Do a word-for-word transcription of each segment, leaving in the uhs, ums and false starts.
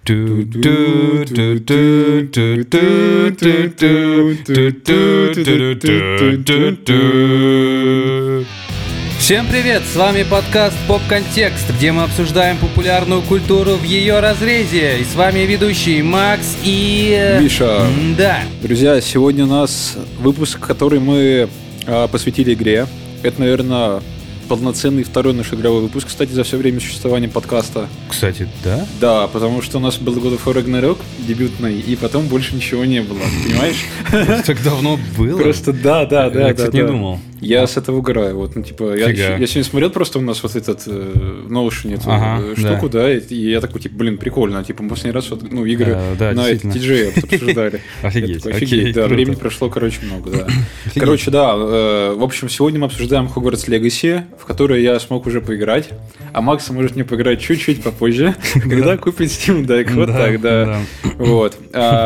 Всем привет! С вами подкаст «Поп-контекст», где мы обсуждаем популярную культуру в ее разрезе. И с вами ведущий Макс и... Миша. Да. Друзья, сегодня у нас выпуск, который мы а, посвятили игре. Это, наверное, полноценный второй наш игровой выпуск, кстати, за все время существования подкаста. Кстати, да? Да, потому что у нас был God of War Ragnarok дебютный, и потом больше ничего не было, понимаешь? Так давно было? Просто да, да, да. Я, кстати, не думал. Я с этого угораю. Вот, ну, типа, я, я сегодня смотрел просто у нас вот этот э, Notion, эту ага, штуку, да. да, и я такой, типа, блин, прикольно. Типа, мы последний раз вот, ну, игры а, да, на ти джей обсуждали. Офигеть, офигеть, да, времени прошло, короче, много, да. Короче, да, в общем, сегодня мы обсуждаем Hogwarts Legacy, в который я смог уже поиграть, а Макс может мне поиграть чуть-чуть попозже, когда купит Steam Deck, вот так, да. Вот.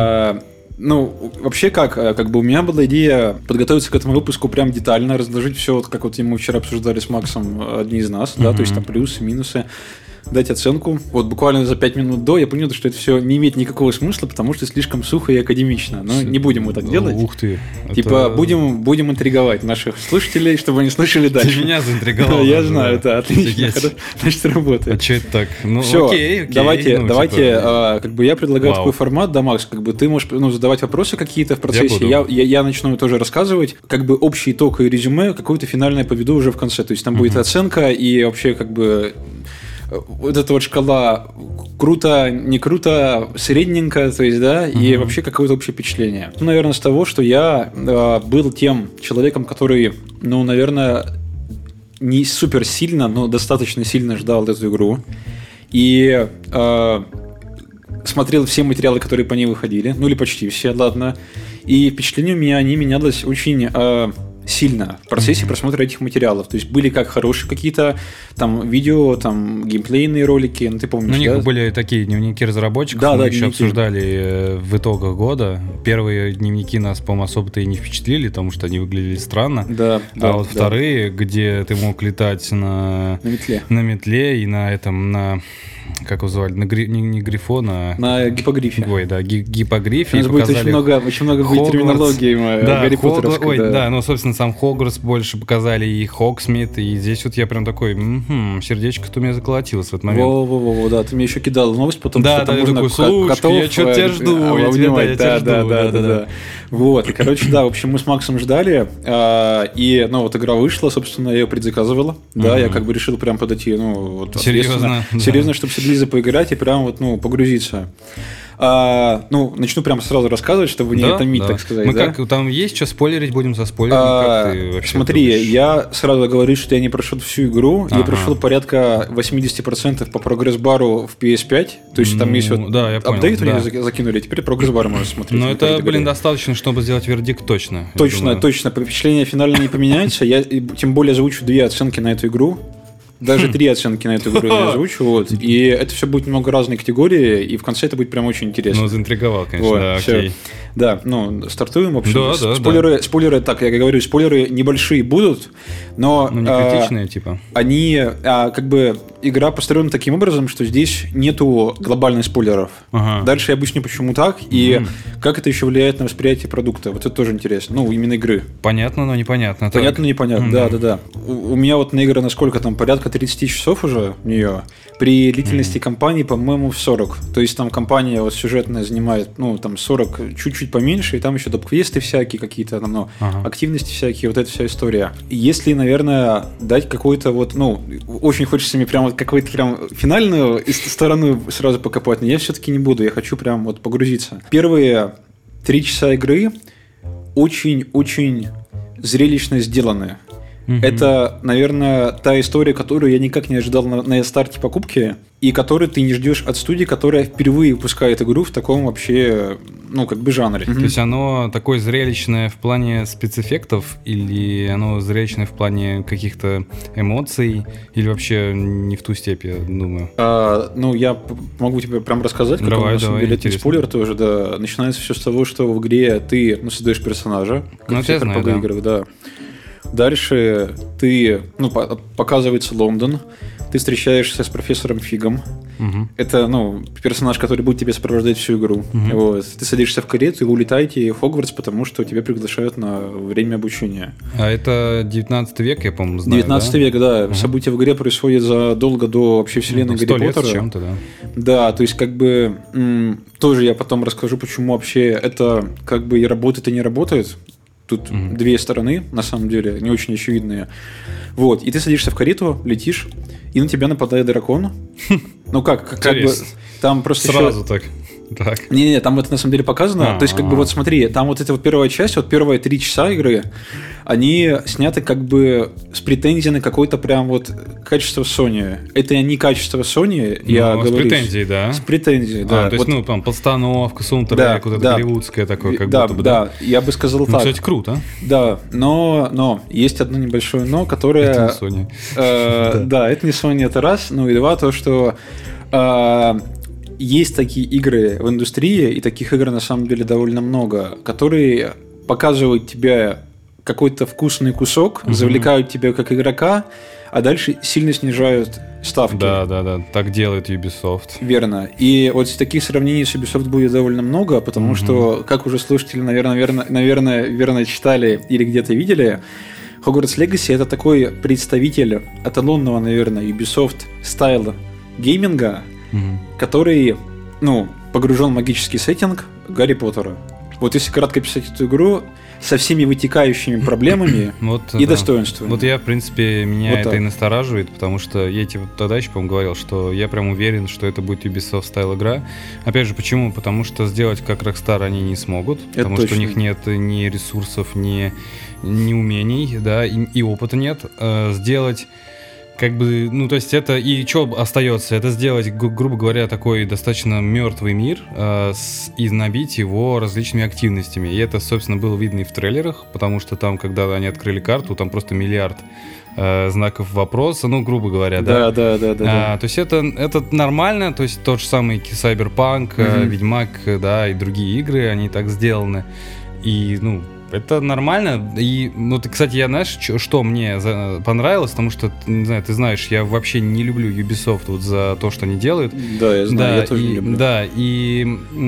Ну, вообще как, как бы у меня была идея подготовиться к этому выпуску прям детально, разложить все, вот как вот мы вчера обсуждали с Максом, одни из нас, uh-huh. да, то есть там плюсы, минусы, дать оценку. Вот буквально за пять минут до я понял, что это все не имеет никакого смысла, потому что слишком сухо и академично. Но не будем мы так делать. Ух ты. Типа это... будем, будем интриговать наших слушателей, чтобы они слушали дальше. Ты меня заинтриговал. Я знаю, да, отлично. Значит, работает. А что это так? Ну, все, окей, окей. Давайте, ну, давайте, типа... а, как бы я предлагаю Вау. такой формат, да, Макс, как бы ты можешь ну, задавать вопросы какие-то в процессе. Я, я, я начну тоже рассказывать, как бы общий итог и резюме, какое-то финальное поведу уже в конце. То есть там uh-huh. будет оценка и вообще как бы вот эта вот шкала круто, не круто, средненько, то есть, да, uh-huh. и вообще какое-то общее впечатление. Ну, наверное, с того, что я э, был тем человеком, который, ну, наверное, не супер сильно, но достаточно сильно ждал эту игру. И э, смотрел все материалы, которые по ней выходили, ну, или почти все, ладно. И впечатление у меня, они менялось очень... Э, сильно в процессе mm-hmm. просмотра этих материалов. То есть были как хорошие какие-то там видео, там геймплейные ролики, ну ты помнишь, ну, у них да? были такие дневники разработчиков, да, мы да, еще дневники. обсуждали в итогах года. Первые дневники нас, по-моему, особо-то и не впечатлили, потому что они выглядели странно. Да, а да, вот да. вторые, где ты мог летать на, на метле. на метле и на этом, на... как его звали, на гри... не, не грифона, на гипогрифе. Ой, да, ги- гипогрифе. У нас будет очень много, очень много будет терминологии да, Гарри Хог... Поттеровской. Ой, да. да, ну, собственно, сам Хогвартс больше показали, и Хогсмит, и здесь вот я прям такой, м-м, сердечко-то у меня заколотилось в этот момент. Во-во-во, да, ты мне еще кидал новость, потом да, что да, там можно такой, слушай, котов, я что-то тебя жду, а, я тебя, да, я тебя да, жду. Да, да, да, да, да, да. Вот, и, короче, да, в общем, мы с Максом ждали, и, ну, вот игра вышла, собственно, я ее предзаказывала, да, я как бы решил прям подойти, ну, вот, серьезно, серьезно, чтобы с Лизой поиграть и прям вот, ну, погрузиться. А, ну, начну прямо сразу рассказывать, чтобы не да, томить, да. так сказать. Мы да? как, там есть что спойлерить, будем со спойлерами, а, как ты вообще смотри, думаешь? я сразу говорю, что я не прошел всю игру, ага. я прошел порядка восемьдесят процентов по прогресс-бару в пи эс пять, то есть там есть вот да, апдейт, да. они закинули, теперь прогресс-бар можно смотреть. Но это, блин, достаточно, чтобы сделать вердикт точно. Точно, точно, впечатление финально не поменяется, я тем более озвучу две оценки на эту игру. Даже три оценки на эту игру я озвучу, вот. И это все будет много разной категории, и в конце это будет прям очень интересно. Ну, заинтриговал, конечно, вот, да, окей. Да, ну, стартуем, в общем. Да, да, спойлеры, да. спойлеры, так, я говорю, спойлеры небольшие будут, но... Ну, не критичные, а, типа. Они, а, как бы, игра построена таким образом, что здесь нету глобальных спойлеров. Ага. Дальше я объясню, почему так, и mm. как это еще влияет на восприятие продукта. Вот это тоже интересно, ну, именно игры. Понятно, но непонятно. Понятно, так. но непонятно, mm-hmm. да, да, да. У, у меня вот наиграно сколько там, порядка тридцать часов уже в нее. При длительности mm-hmm. кампании, по-моему, в сорок. То есть там компания вот сюжетная занимает, ну, там сорок, чуть-чуть поменьше, и там еще доп-квесты всякие какие-то, там, ну, ага. активности всякие, вот эта вся история. Если, наверное, дать какой-то вот, ну, очень хочется мне прям вот какую-то прям финальную сторону сразу покопать, но я все-таки не буду, я хочу прям вот погрузиться. Первые три часа игры очень-очень зрелищно сделаны. Mm-hmm. Это, наверное, та история, которую я никак не ожидал на, на старте покупки, и которую ты не ждешь от студии, которая впервые выпускает игру в таком вообще, ну, как бы жанре. Mm-hmm. То есть оно такое зрелищное в плане спецэффектов, или оно зрелищное в плане каких-то эмоций, или вообще не в ту степь, я думаю? А, ну, я могу тебе прям рассказать, как давай, на самом давай, деле это спойлер тоже, да. Начинается все с того, что в игре ты, ну, создаешь персонажа, как ну, в эр пи джи-играх, да. Дальше ты, ну, показывается Лондон, ты встречаешься с профессором Фигом, Угу. Это, ну, персонаж, который будет тебя сопровождать всю игру. Угу. Вот. Ты садишься в карету и вы улетаете в Хогвартс, потому что тебя приглашают на время обучения. А это девятнадцатый век, я, по-моему, знаю, девятнадцатый да? век, да. Угу. События в игре происходят задолго до вообще вселенной ну, Гарри лет Поттера. С чем-то, да. Да, то есть как бы м- тоже я потом расскажу, почему вообще это как бы и работает, и не работает. Тут mm-hmm. две стороны, на самом деле, не очень очевидные. Вот, и ты садишься в карету, летишь, и на тебя нападает дракон. Ну как, как бы там просто сразу так. Так. Не-не, там это на самом деле показано. А-а-а. То есть, как бы, вот смотри, там вот эта вот первая часть, вот первые три часа игры, они сняты как бы с претензией на какое-то прям вот качество Sony. Это не качество Sony, ну, я с говорю. С претензией, да? С претензией, да. А, то есть, вот, ну, там, постановка, саундтрек, да, вот это да. голливудское такое, как да, будто бы, да? Да, я бы сказал ну, так. Кстати, круто. Да, но, но есть одно небольшое но, которое... Это не Sony. Э, да. да, это не Sony, это раз. Ну и два, то, что... Э, есть такие игры в индустрии, и таких игр на самом деле довольно много, которые показывают тебе какой-то вкусный кусок, угу. завлекают тебя как игрока, а дальше сильно снижают ставки. Да, да, да, так делает Ubisoft. Верно. И вот таких сравнений с Ubisoft будет довольно много, потому угу. что, как уже слушатели, наверное, верно, наверное, верно читали или где-то видели, Hogwarts Legacy — это такой представитель эталонного, наверное, Ubisoft стайла гейминга, угу. который, ну, погружен в магический сеттинг Гарри Поттера. Вот если кратко описать эту игру со всеми вытекающими проблемами вот, и да. достоинствами. Вот я, в принципе, меня вот это так. и настораживает, потому что я тебе тогда еще, по-моему, говорил, что я прям уверен, что это будет Ubisoft стайл игра. Опять же, почему? Потому что сделать как Rockstar они не смогут, это потому точно. Что у них нет ни ресурсов, ни, ни умений, да, и, и опыта нет. А сделать как бы, ну, то есть это, и что остается? Это сделать, гру- грубо говоря, такой достаточно мертвый мир э, с, и набить его различными активностями. И это, собственно, было видно и в трейлерах, потому что там, когда они открыли карту, там просто миллиард э, знаков вопроса, ну, грубо говоря, да? Да, да, да, да. А, то есть это, это нормально, то есть тот же самый Cyberpunk, mm-hmm. Ведьмак, да, и другие игры, они так сделаны. И, ну, это нормально. И, ну, ты, кстати, я, знаешь, что, что мне за, понравилось, потому что, не знаю, ты знаешь, я вообще не люблю Ubisoft вот за то, что они делают. Да, я знаю, да, я тоже и, не люблю. Да, и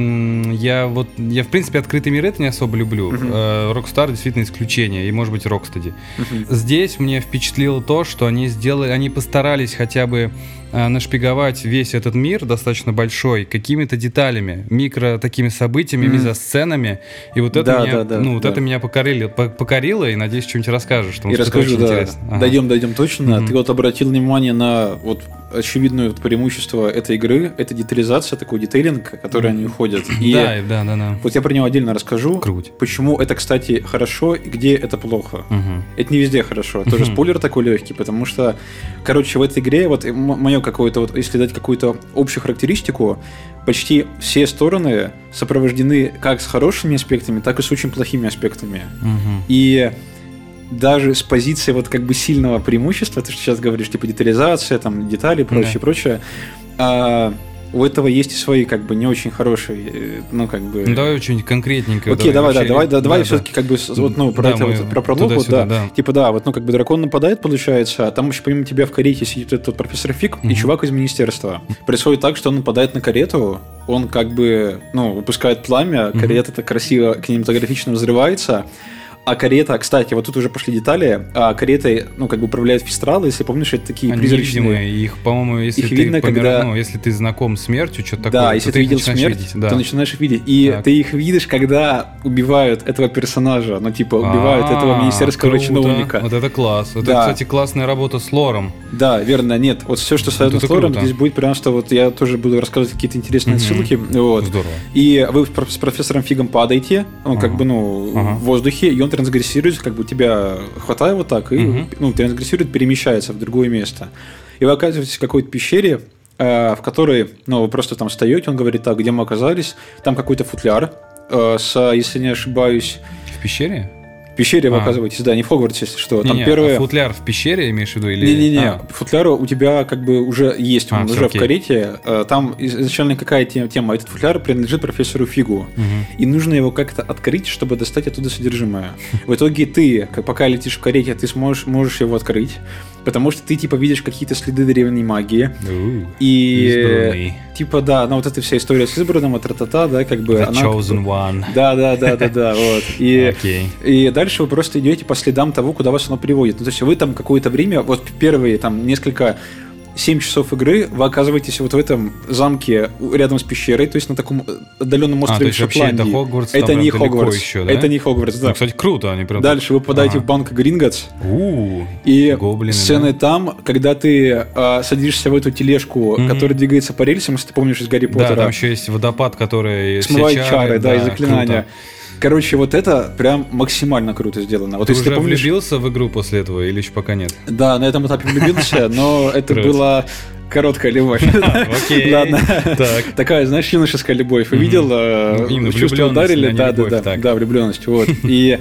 м- я вот, я, в принципе, открытый мир это не особо люблю. Uh-huh. Rockstar действительно исключение, и, может быть, Rocksteady. Uh-huh. Здесь мне впечатлило то, что они сделали, они постарались хотя бы нашпиговать весь этот мир достаточно большой какими-то деталями, микро такими событиями, mm-hmm. мизосценами, и вот это да, меня, да, да, ну вот да. это меня покорило, покорило, и надеюсь, что-нибудь расскажешь. И расскажу, да. Ага. Дойдем, дойдем точно. Mm-hmm. Ты вот обратил внимание на вот очевидное вот преимущество этой игры, это детализация, такой детейлинг, который mm-hmm. они уходят. И да, да, да, да. Вот я про него отдельно расскажу. Круть. Почему это, кстати, хорошо и где это плохо. Mm-hmm. Это не везде хорошо. Тоже mm-hmm. спойлер такой легкий, потому что, короче, в этой игре вот мое какое-то вот, если дать какую-то общую характеристику, почти все стороны сопровождены как с хорошими аспектами, так и с очень плохими аспектами. Mm-hmm. И даже с позиции вот как бы сильного преимущества, ты что сейчас говоришь, типа детализация, там, детали и прочее, yeah. прочее, а, у этого есть и свои как бы не очень хорошие, ну как бы... Ну, давай что-нибудь конкретненькое. Окей, давай, давай, да, давай, да, давай да, все-таки да. как бы вот, ну, про, да, это, мы вот, про пролог, вот, да. да. Типа, да, вот, ну, как бы дракон нападает, получается, а там еще помимо тебя в карете сидит этот профессор Фиг mm-hmm. и чувак из министерства. Происходит так, что он нападает на карету, он как бы, ну, выпускает пламя, карета так красиво, кинематографично взрывается. А карета, кстати, вот тут уже пошли детали, а каретой, ну, как бы управляют фистралы, если помнишь, это такие они призрачные. Невидимые, их, по-моему, если их ты видно, помер... когда... ну, если ты знаком с смертью, что-то да, такое, да, если ты, ты видел смерть, видеть, да. то начинаешь их видеть. И так. ты их видишь, когда убивают этого персонажа, ну, типа, убивают А-а-а, этого министерского круто. чиновника. Вот это класс. Вот да. это, кстати, классная работа с лором. Да, верно, нет, вот все, что связано вот с лором, круто. Здесь будет прям, что вот я тоже буду рассказывать какие-то интересные mm-hmm. ссылки. Вот. Здорово. И вы с профессором Фигом падаете, ну, как ага. бы, ну, ага. в воздухе, и он трансгрессирует, как бы, тебя хватает вот так, и, uh-huh. ну, трансгрессирует, перемещается в другое место. И вы оказываетесь в какой-то пещере, э, в которой, ну, вы просто там встаете, он говорит, так, где мы оказались, там какой-то футляр, э, с, если не ошибаюсь... В пещере? В пещере вы а. оказываетесь, да, не в Хогвартсе, если что. Не, там не, первое... а футляр в пещере, имеешь в виду? Или... Не-не-не, а. футляр у тебя как бы уже есть, он а, уже в карете. Там изначально какая тема? Этот футляр принадлежит профессору Фигу. Угу. И нужно его как-то открыть, чтобы достать оттуда содержимое. В итоге ты, пока летишь в карете, ты сможешь, можешь его открыть. потому что ты, типа, видишь какие-то следы древней магии. Ooh, и, избранный. Типа, да, ну вот эта вся история с избранным, тра-та-та, да, как бы... The она, chosen one. Да-да-да-да-да, вот. И, okay. и дальше вы просто идете по следам того, куда вас оно приводит. Ну, то есть вы там какое-то время, вот первые там несколько... семь часов игры вы оказываетесь вот в этом замке рядом с пещерой, то есть на таком отдаленном острове а, в Шотландии. Это Хогвартс, это не Хогвартс. Еще, да? Это не Хогвартс, да. Ну, кстати, круто. Они прям... Дальше вы попадаете ага. в банк Гринготс. У-у-у. И гоблины, сцены да? там, когда ты а, садишься в эту тележку, mm-hmm. которая двигается по рельсам, если ты помнишь из Гарри Поттера. Да, там еще есть водопад, который... Смывает чары, чары, да, да, и заклинания. Круто. Короче, вот это прям максимально круто сделано. Вот ты если уже ты помнишь... влюбился в игру после этого или еще пока нет? Да, на этом этапе влюбился, но это была... Короткая любовь. Окей. Ладно. Так. Такая, знаешь, юношеская любовь. Увидел, mm-hmm. чувство ударили. Да, да, да. Да, влюбленность. Вот. И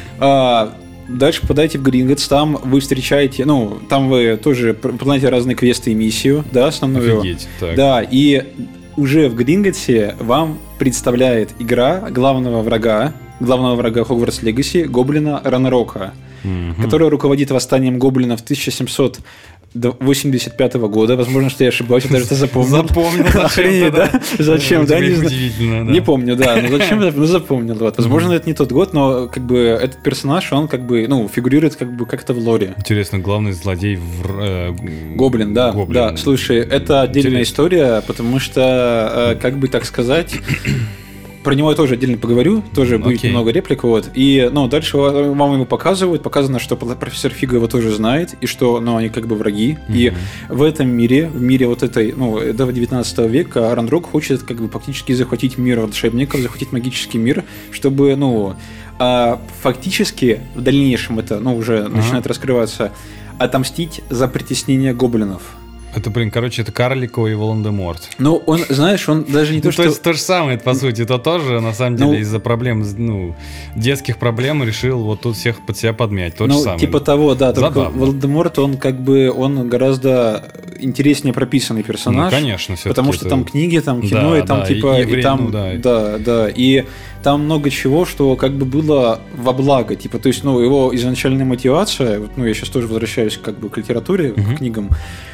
а, дальше попадаете в Гринготс, там вы встречаете, ну, там вы тоже выполняете разные квесты и миссию, да, основную. Офигеть. Так. Да, и уже в Гринготсе вам представляет игра главного врага, главного врага Хогвартс Легаси, гоблина Ранрока, mm-hmm. который руководит восстанием гоблинов в тысяча семьсот восемьдесят пятого года. Возможно, что я ошибаюсь, я даже это запомнил. Запомнил. Охренеть, да? Зачем, да? Не знаю. Не помню, да. Но зачем? Ну, запомнил. Возможно, это не тот год, но как бы этот персонаж, он как бы, ну, фигурирует как бы как-то в лоре. Интересно, главный злодей в... Гоблин, да. Да, слушай, это отдельная история, потому что, как бы так сказать... Про него я тоже отдельно поговорю, тоже будет okay. много реплик, вот. И, ну, дальше вам его показывают, показано, что профессор Фига его тоже знает, и что, ну, они как бы враги. Mm-hmm. И в этом мире, в мире вот этой, ну, этого девятнадцатого века, Ранрок хочет как бы фактически захватить мир волшебников, захватить магический мир, чтобы, ну, а фактически в дальнейшем это, ну, уже uh-huh. начинает раскрываться, отомстить за притеснение гоблинов. Это, блин, короче, это Карликовый Волан-де-Морт. Ну, он, знаешь, он даже не то, ну, что... То есть то же самое, это, по сути, это тоже, на самом деле, ну, из-за проблем, ну, детских проблем решил вот тут всех под себя подмять. То ну, же самое. типа того, да. Только Забавно. Волан-де-Морт, он как бы, он гораздо интереснее прописанный персонаж. Ну, конечно, все-таки. Потому что это... там книги, там кино, да, и там, да, типа, и, и, и там... ну, да. да, да, и там много чего, что как бы было во благо. Типа, то есть, ну, его изначальная мотивация, ну, я сейчас тоже возвращаюсь как бы к литературе, uh-huh. к книгам,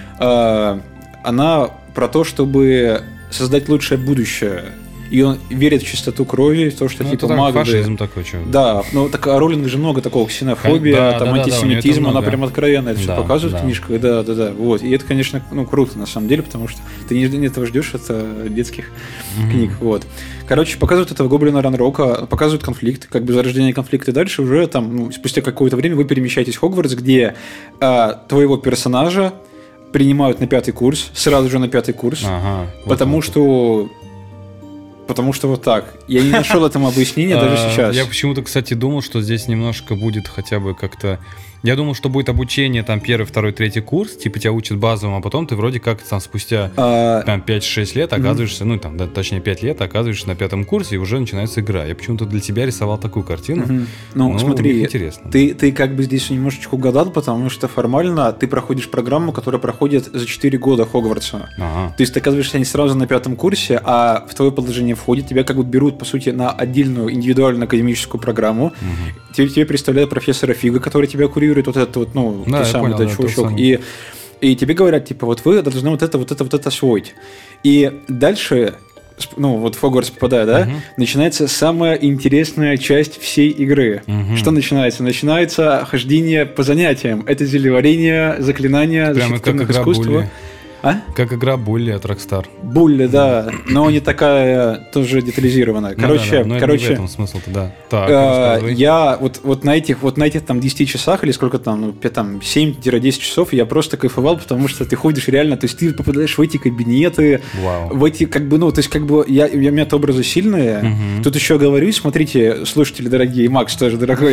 она про то, чтобы создать лучшее будущее. И он верит в чистоту крови, в то, что ну, типа это маги... фашизм такой, что... Да, ну так а Роллинг же много такого, ксенофобия, да, там да, антисемитизм, да, она прям откровенно это да, все показывает да. в книжках, да, да, да, вот. И это, конечно, ну круто на самом деле, потому что ты не, не этого ждешь от детских mm-hmm. книг, вот. Короче, показывают этого гоблина Ранрока, показывают конфликт, как бы зарождение конфликта, и дальше уже там, ну, спустя какое-то время вы перемещаетесь в Хогвартс, где а, твоего персонажа принимают на пятый курс, сразу же на пятый курс, ага, потому вот что... Потому что вот так. Я не нашел этому объяснения даже сейчас. Я почему-то, кстати, думал, что здесь немножко будет хотя бы как-то... Я думал, что будет обучение там первый, второй, третий курс, типа тебя учат базовым, а потом ты вроде как там спустя а... там, пять-шесть лет оказываешься, mm-hmm. ну там, да, точнее пять лет оказываешься на пятом курсе и уже начинается игра. Я почему-то для тебя рисовал такую картину. Mm-hmm. Ну, ну, смотри, интересно. Ты, ты как бы здесь немножечко угадал, потому что формально ты проходишь программу, которая проходит за четыре года Хогвартса. Ага. То есть ты оказываешься не сразу на пятом курсе, а в твое положение входит, тебя как бы берут, по сути, на отдельную индивидуальную академическую программу. Mm-hmm. Тебе, тебе представляют профессора Фига, который тебя курирует, вот этот вот, ну, да, тот самый, понял, да, да, чувачок. И, и тебе говорят, типа, вот вы должны вот это, вот это, вот это освоить. И дальше, ну, вот в Хогвартс попадая, да, uh-huh. начинается самая интересная часть всей игры. Uh-huh. Что начинается? Начинается хождение по занятиям. Это зельеварение, заклинания, защитных искусств. А? Как игра Булли от Rockstar. Булли, да, но не такая тоже детализированная. Короче, ну, да, да, короче, не в этом смысл-то, да. Так, э, я вот, вот на этих, вот на этих там десяти часах или сколько там, ну, там семь-десять часов я просто кайфовал, потому что ты ходишь реально, то есть ты попадаешь в эти кабинеты, Вау. в эти, как бы, ну, то есть как бы я, я у меня образы сильные. Угу. Тут еще говорю, смотрите, слушатели дорогие, Макс тоже дорогой,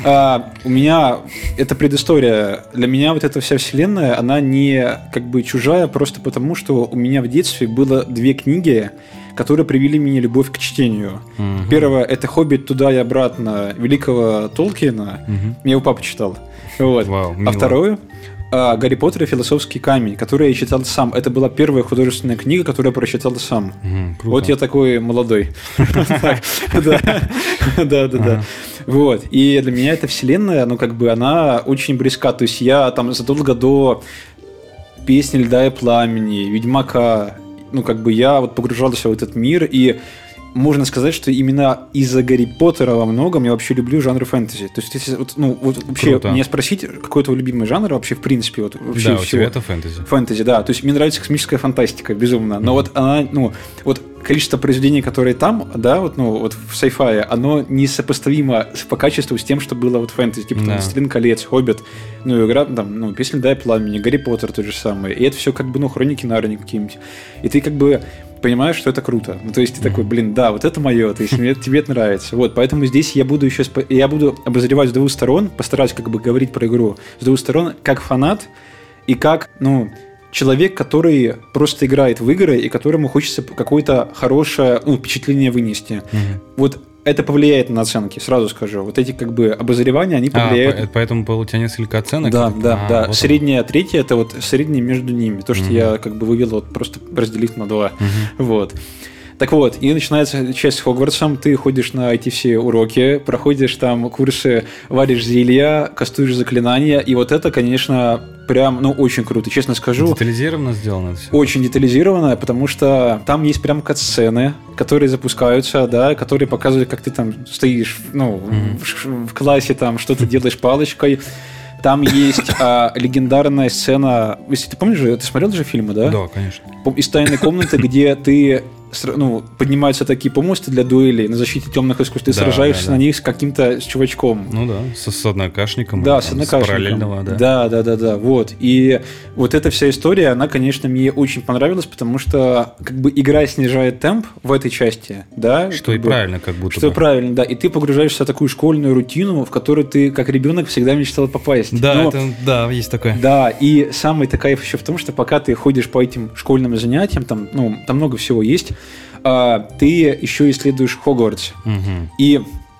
у меня это предыстория. Для меня вот эта вся вселенная, она не как бы чужая, просто потому, что у меня в детстве было две книги, которые привели мне любовь к чтению. Uh-huh. Первое – это «Хоббит. Туда и обратно» великого Толкиена. Uh-huh. Мне его папа читал. Вот. Wow, а второе – «Гарри Поттер и философский камень», который я читал сам. Это была первая художественная книга, которую я прочитал сам. Uh-huh. Вот я такой молодой. Да, да, да. Вот. И для меня эта вселенная, ну, как бы, она очень близка. То есть я там задолго до «Песни льда и пламени», «Ведьмака», ну, как бы я вот погружался в этот мир, и можно сказать, что именно из-за Гарри Поттера во многом я вообще люблю жанр фэнтези. То есть, если вот, ну, вот вообще Круто. Меня спросить, какой твой любимый жанр вообще в принципе, вот вообще да, всего. у тебя это фэнтези. Фэнтези, да. То есть мне нравится космическая фантастика, безумно. Но mm-hmm. вот она, ну, вот количество произведений, которые там, да, вот, ну, вот в sci-fi, оно несопоставимо по качеству с тем, что было вот в фэнтези. Типа, там, «Властелин колец», «Хоббит», ну, игра, там, ну, «Песня льда и пламени», «Гарри Поттер» тот же самый. И это все как бы, ну, «Хроники Нарнии» какие-нибудь. И ты как бы понимаешь, что это круто. Ну, то есть ты mm-hmm. такой, блин, да, вот это мое, то есть мне, тебе это нравится. Вот, поэтому здесь я буду еще, я буду обозревать с двух сторон, постараюсь как бы говорить про игру с двух сторон, как фанат и как, ну, человек, который просто играет в игры и которому хочется какое-то хорошее, ну, впечатление вынести. Mm-hmm. Вот это повлияет на оценки, сразу скажу. Вот эти как бы обозревания, они повлияют. А, поэтому у тебя несколько оценок? Да, да, а, да. Вот средняя, он. Третья, это вот средняя между ними. То, что mm-hmm. я как бы вывел, вот просто разделив на два. Mm-hmm. Вот. Так вот, и начинается часть с Хогвартсом, ты ходишь на эти все уроки, проходишь там курсы, варишь зелья, кастуешь заклинания, и вот это, конечно, прям, ну, очень круто, честно скажу. Детализированно сделано это все? Очень детализированно, потому что там есть прям кат-сцены, которые запускаются, да, которые показывают, как ты там стоишь, ну, mm-hmm. в, в классе, там, что-то делаешь палочкой. Там есть а, легендарная сцена, если ты помнишь, ты смотрел же фильмы, да? Да, конечно. Из «Тайной комнаты», где ты, ну, поднимаются такие помосты для дуэлей на защите темных искусств, ты да, сражаешься да, да. на них с каким-то с чувачком. Ну да, с, с однокашником. Да, с однокашником. С параллельного, да. Да, да, да, да, вот. И вот эта вся история, она, конечно, мне очень понравилась, потому что как бы игра снижает темп в этой части, да. Что и бы, правильно, как будто Что бы. правильно, да. И ты погружаешься в такую школьную рутину, в которую ты, как ребенок, всегда мечтал попасть. Да, Но, это, да, есть такое. Да, и самый кайф еще в том, что пока ты ходишь по этим школьным занятиям, там, ну, там много всего есть, ты еще исследуешь Хогвартс. Угу. И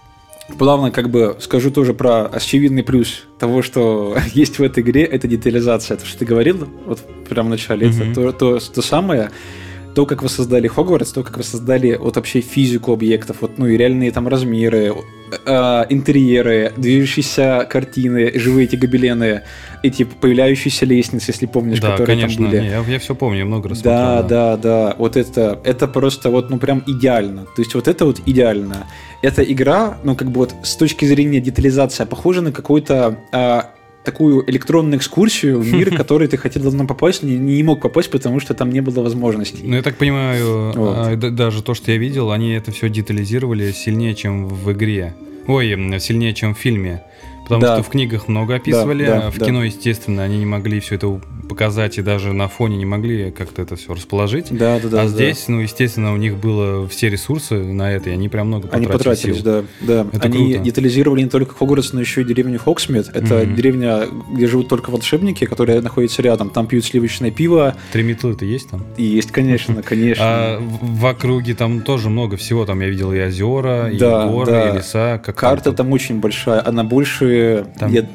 плавно как бы скажу тоже про очевидный плюс того, что есть в этой игре, это детализация. То, что ты говорил вот прямо в начале, угу. это то, то, то самое. То, как воссоздали Хогвартс, то, как воссоздали вот вообще физику объектов, вот, ну и реальные там размеры, э, интерьеры, движущиеся картины, живые эти гобелены, эти появляющиеся лестницы, если помнишь, да, которые конечно, там были. Не, я, я все помню, я много раз да, смотрел. Да, да, да, вот это, это просто вот, ну прям идеально. То есть вот это вот идеально. Эта игра, ну как бы вот с точки зрения детализации, похожа на какой-то... Э, такую электронную экскурсию в мир, в который ты хотел давно попасть, не, не мог попасть, потому что там не было возможностей. Ну, я так понимаю, вот. а, даже то, что я видел, они это все детализировали сильнее, чем в игре. Ой, сильнее, чем в фильме. Потому да. что в книгах много описывали, да, да, а в да. кино, естественно, они не могли все это показать и даже на фоне не могли как-то это все расположить. Да, да, да, а да. здесь, ну, естественно, у них было все ресурсы на это, и они прям много потратили. Они потратились, сил. да. да. Это они круто. детализировали не только Хогвартс, но еще и деревню Хоксмит. Это mm-hmm. деревня, где живут только волшебники, которые находятся рядом. Там пьют сливочное пиво. Три метлы-то есть там? Есть, конечно, конечно. А в округе там тоже много всего. Там я видел и озера, и горы, и леса. Карта там очень большая. Она больше...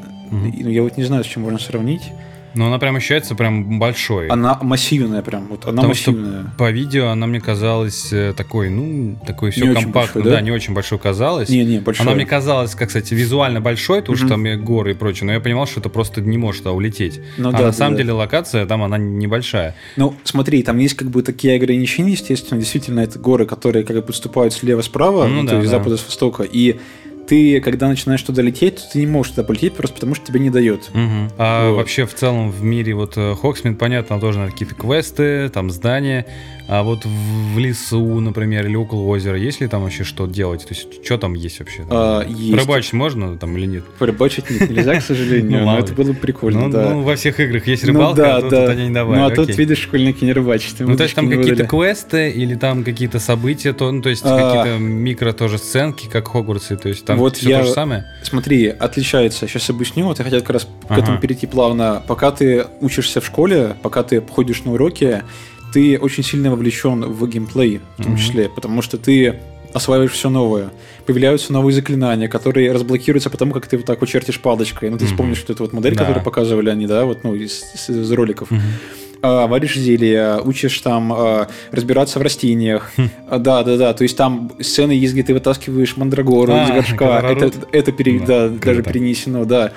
Угу. Я вот не знаю, с чем можно сравнить. Но она прям ощущается прям большой. Она массивная прям, вот она Потому массивная. Что по видео она мне казалась такой, ну, такой все компактно, да? да, не очень большой казалась. Не, не, большой. Она мне казалась, как, кстати, визуально большой, потому угу. что там горы и прочее, но я понимал, что это просто не может туда улететь. Ну, а да, на да, самом да. деле локация там, она небольшая. Ну, смотри, там есть как бы такие ограничения, естественно, действительно, это горы, которые как бы подступают слева-справа, ну, ну, да, то есть да. запада с востока, и ты, когда начинаешь туда лететь, то ты не можешь туда полететь просто потому, что тебе не дает. Угу. А вот. Вообще в целом в мире вот Хоксмит, понятно, там тоже какие-то квесты, там здания. А вот в лесу, например, или около озера, есть ли там вообще что делать? То есть, что там есть вообще? А, есть. Порыбачить можно там или нет? Порыбачить нет, нельзя, к сожалению, но это было бы прикольно, да. Ну, во всех играх есть рыбалка, а тут они не давали. Ну, а тут, видишь, школьники не рыбачат. Ну, то есть, там какие-то квесты или там какие-то события, ну, то есть, какие-то микро тоже сценки, как в Хогвартсе, то есть, там все то же самое? Смотри, отличается. Сейчас объясню, вот я хотел как раз к этому перейти плавно. Пока ты учишься в школе, пока ты ходишь на уроки, ты очень сильно вовлечен в геймплей, в том mm-hmm. числе, потому что ты осваиваешь все новое. Появляются новые заклинания, которые разблокируются потому, как ты вот так вот чертишь палочкой. Ну, ты mm-hmm. вспомнишь, что это вот модель, да. которую показывали они, да, вот, ну, из, из роликов. Mm-hmm. варишь зелья, учишь там разбираться в растениях. Да-да-да, то есть там сцены есть, где ты вытаскиваешь мандрагору из горшка. Это, это пере... да, да, даже перенесено, да.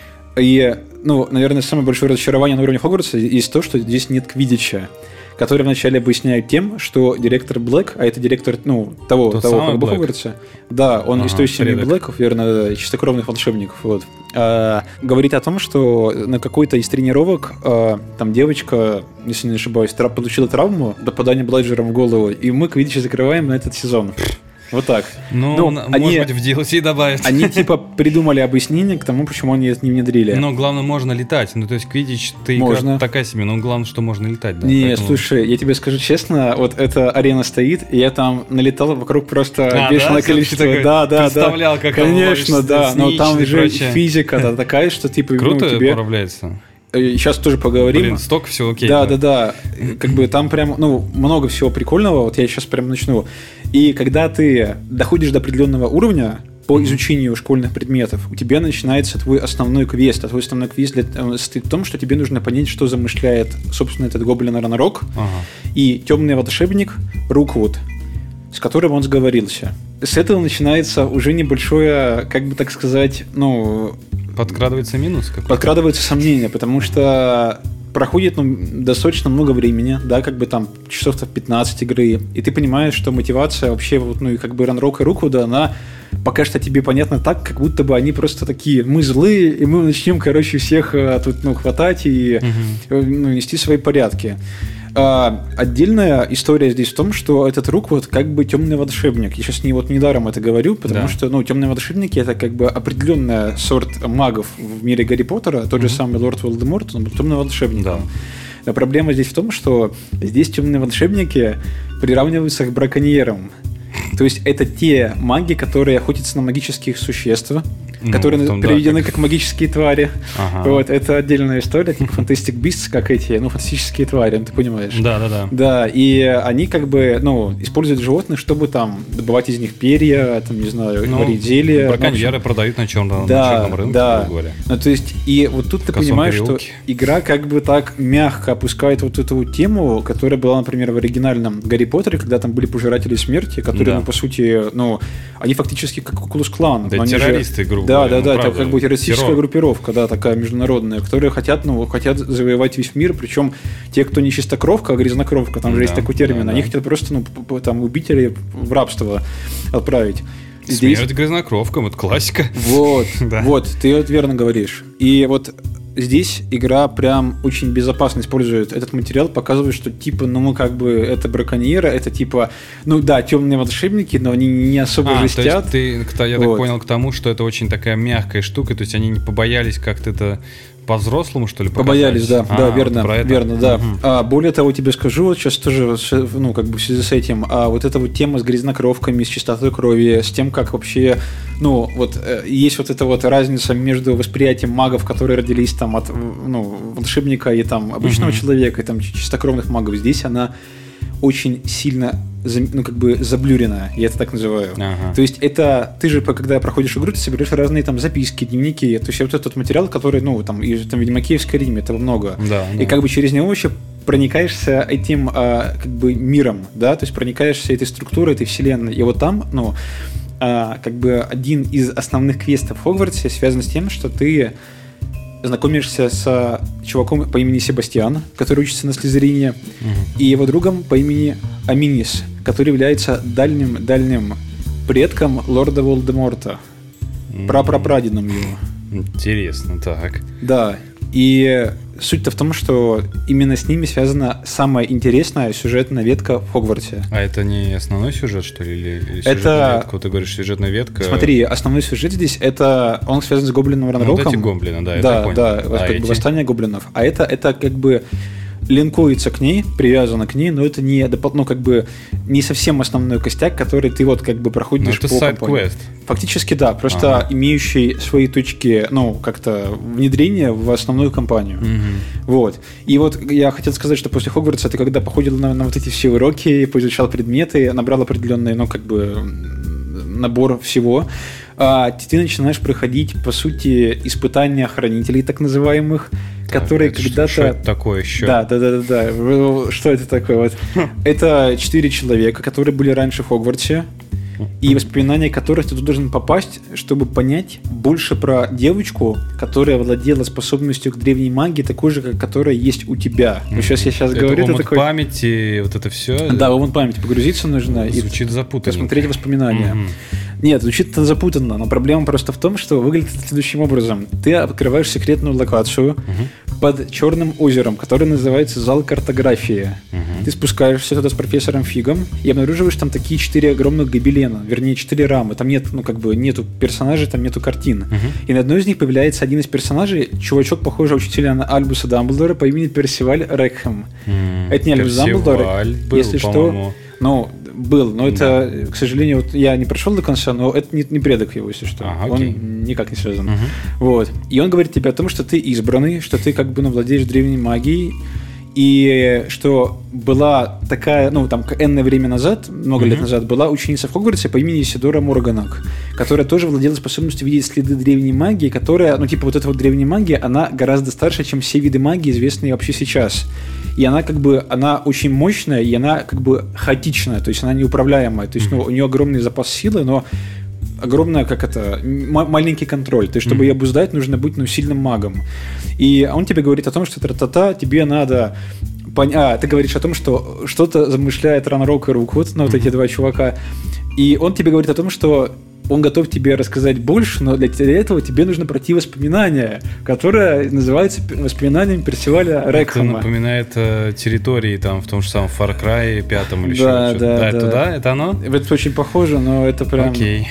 И, ну, наверное, самое большое разочарование на уровне Хогвартса есть то, что здесь нет квиддича, который вначале объясняют тем, что директор Блэк, а это директор, ну, того, Тот того как бы Хогвартса, да, он ага, из той семьи Блэков, верно, чистокровных волшебников, вот, а, говорит о том, что на какой-то из тренировок а, там девочка, если не ошибаюсь, тра- получила травму, попадание Бладжером в голову, и мы квиддич закрываем на этот сезон. Вот так. Ну, ну может они, быть, в ди эл си добавят. Они, типа, придумали объяснение к тому, почему они это не внедрили. Но главное, можно летать. Ну, то есть, квиддич, ты игра такая себе, но главное, что можно летать. Да? Не, Поэтому... слушай, я тебе скажу честно, вот эта арена стоит, и я там налетал вокруг просто а, бешеное да? количество. Да, да, представлял, да. Как конечно, да. Но там же физика да, такая, что типа... Круто ну, тебе... управляется. Сейчас тоже поговорим. Блин, столько всего окей. Да, да, да, да. Как бы там прям, ну, много всего прикольного. Вот я сейчас прям начну. И когда ты доходишь до определенного уровня по изучению школьных предметов, у тебя начинается твой основной квест. А твой основной квест состоит в том, что тебе нужно понять, что замышляет, собственно, этот гоблин Ранрок ага. и темный волшебник Руквуд, с которым он сговорился. С этого начинается уже небольшое, как бы так сказать, ну... Подкрадывается минус какой-то? Подкрадывается сомнение, потому что проходит ну, достаточно много времени, да, как бы там часов-то пятнадцать игры, и ты понимаешь, что мотивация вообще, вот, ну и как бы Ранрока и Руквуда, она пока что тебе понятна так, как будто бы они просто такие, мы злые, и мы начнем, короче, всех тут, ну, хватать и угу. ну, нести свои порядки. А, отдельная история здесь в том, что этот Руквуд как бы темный волшебник. Я сейчас не вот недаром это говорю, потому да. что ну, темные волшебники это как бы определенная сорт магов в мире Гарри Поттера. Тот mm-hmm. же самый Лорд Волдеморт, он был темным волшебником. Да. Но проблема здесь в том, что здесь темные волшебники приравниваются к браконьерам. То есть это те маги, которые охотятся на магических существ, ну, которые том, переведены да, как... как магические твари. Ага. Вот, это отдельная история, типа Fantastic Beasts, как эти, ну, фантастические твари, ты понимаешь? Да, да, да. Да, и они как бы, ну, используют животных, чтобы там добывать из них перья, там, не знаю, ну, варить зелья. Браконьеры ну, продают на черном, да, на черном рынке, да. грубо говоря. Ну, то есть, и вот тут ты Косом понимаешь, переулке. Что игра как бы так мягко опускает вот эту вот тему, которая была, например, в оригинальном Гарри Поттере, когда там были пожиратели смерти, которые, да. ну, по сути, ну, они фактически как Кулус-клан. Да, террористы, же... грубо да, говоря. Да, да, ну, да, это как бы террористическая террор. Группировка, да, такая международная, которые хотят, ну, хотят завоевать весь мир, причем те, кто не чистокровка, а грязнокровка, там да, же есть такой термин, да, они да. хотят просто, ну, там, убить или в рабство отправить. Здесь... Смерть грязнокровкам, это классика. Вот, да. вот, ты вот верно говоришь. И вот здесь игра прям очень безопасно использует этот материал, показывает, что типа, ну мы как бы это браконьеры, это типа, ну да, темные волшебники, но они не особо а, жестят. То есть ты, я вот. так понял к тому, что это очень такая мягкая штука, то есть они не побоялись как-то это по-взрослому, что ли, показать? Побоялись, да, а, да, верно, вот верно, да. Угу. А, более того, тебе скажу, вот сейчас тоже, ну, как бы в связи с этим, а вот эта вот тема с грязнокровками, с чистотой крови, с тем, как вообще, ну, вот есть вот эта вот разница между восприятием магов, которые родились там от, ну, волшебника и там обычного угу. человека, и там чистокровных магов, здесь она очень сильно, ну, как бы заблюренная, я это так называю. Ага. То есть это, ты же, когда проходишь игру, ты собираешь разные там записки, дневники, то есть вот этот материал, который, ну, там, и там Ведьмаке и Скайриме, этого много. Да, и да. как бы через него вообще проникаешься этим, а, как бы, миром, да, то есть проникаешься этой структурой, этой вселенной. И вот там, ну, а, как бы один из основных квестов в Хогвартсе связан с тем, что ты знакомишься с чуваком по имени Себастьян, который учится на Слизерине, угу. и его другом по имени Аминис, который является дальним-дальним предком лорда Волдеморта, mm. прапрапрадедом его. Интересно, так. Да, и суть-то в том, что именно с ними связана самая интересная сюжетная ветка в Хогвартсе. А это не основной сюжет, что ли? Или, или сюжетная это... ветка? Вот ты говоришь, сюжетная ветка... Смотри, основной сюжет здесь, это он связан с гоблином Ранроком. Ну, вот эти гоблины, да, да, я понял. Да, а как эти? бы восстание гоблинов. А это, это как бы линкуется к ней, привязано к ней, но это не, ну, как бы не совсем основной костяк, который ты вот как бы проходишь по компании. Это сайд-квест. Фактически да, просто ага. имеющий свои точки, ну, как-то внедрения в основную кампанию. Угу. Вот. И вот я хотел сказать, что после Хогвартса ты когда походил на, на вот эти все уроки, поизучал предметы, набрал определенный, ну, как бы набор всего, а, ты начинаешь проходить, по сути, испытания хранителей так называемых, который когда-то... Что это такое еще? Да, да, да, да, да. Что это такое? Вот. Это четыре человека, которые были раньше в Хогвартсе, и воспоминания которых ты тут должен попасть, чтобы понять больше про девочку, которая владела способностью к древней магии, такой же, как которая есть у тебя. Mm-hmm. Сейчас я сейчас это говорю, это такой... памяти, вот это все? Да, в омут памяти погрузиться нужно. Звучит и запутанно. Посмотреть воспоминания. Mm-hmm. Нет, звучит это запутанно, но проблема просто в том, что выглядит это следующим образом. Ты открываешь секретную локацию mm-hmm. под Черным озером, которая называется Зал картографии. Mm-hmm. Ты спускаешься туда с профессором Фигом и обнаруживаешь там такие четыре огромных гобелена, вернее, четыре рамы. Там нет, ну, как бы, нету персонажей, там нету картин. Uh-huh. И на одной из них появляется один из персонажей, чувачок, похожий учителя на Альбуса Дамблдора по имени Персиваль Рекхэм. Mm, это не Альбус Дамблдор, был, если что. Ну, был, но это, да. к сожалению, вот я не прошел до конца, но это не, не предок его, если что. Ага, он никак не связан. Uh-huh. Вот. И он говорит тебе о том, что ты избранный, что ты как бы, ну, владеешь древней магией, и что была такая, ну, там, энное время назад, много mm-hmm. лет назад, была ученица в Хогвартсе по имени Исидора Морганок, которая тоже владела способностью видеть следы древней магии, которая, ну, типа, вот эта вот древняя магия, она гораздо старше, чем все виды магии, известные вообще сейчас. И она, как бы, она очень мощная, и она, как бы, хаотичная, то есть она неуправляемая, то есть, mm-hmm. ну, у нее огромный запас силы, но огромная, как это, м- маленький контроль. То есть, чтобы mm-hmm. ее обуздать, нужно быть, ну, сильным магом. И он тебе говорит о том, что тра-та-та, тебе надо... Пон... А, ты говоришь о том, что что-то замышляет Ранрок и Руквуд, ну, вот mm-hmm. эти два чувака. И он тебе говорит о том, что он готов тебе рассказать больше, но для этого тебе нужно пройти воспоминания, которое называется воспоминанием Персиваля Рекхэма. Это напоминает э, территории там в том же самом Far Cry пятом или да, еще да, да, да. Это туда? Это оно? Это очень похоже, но это прям... Окей.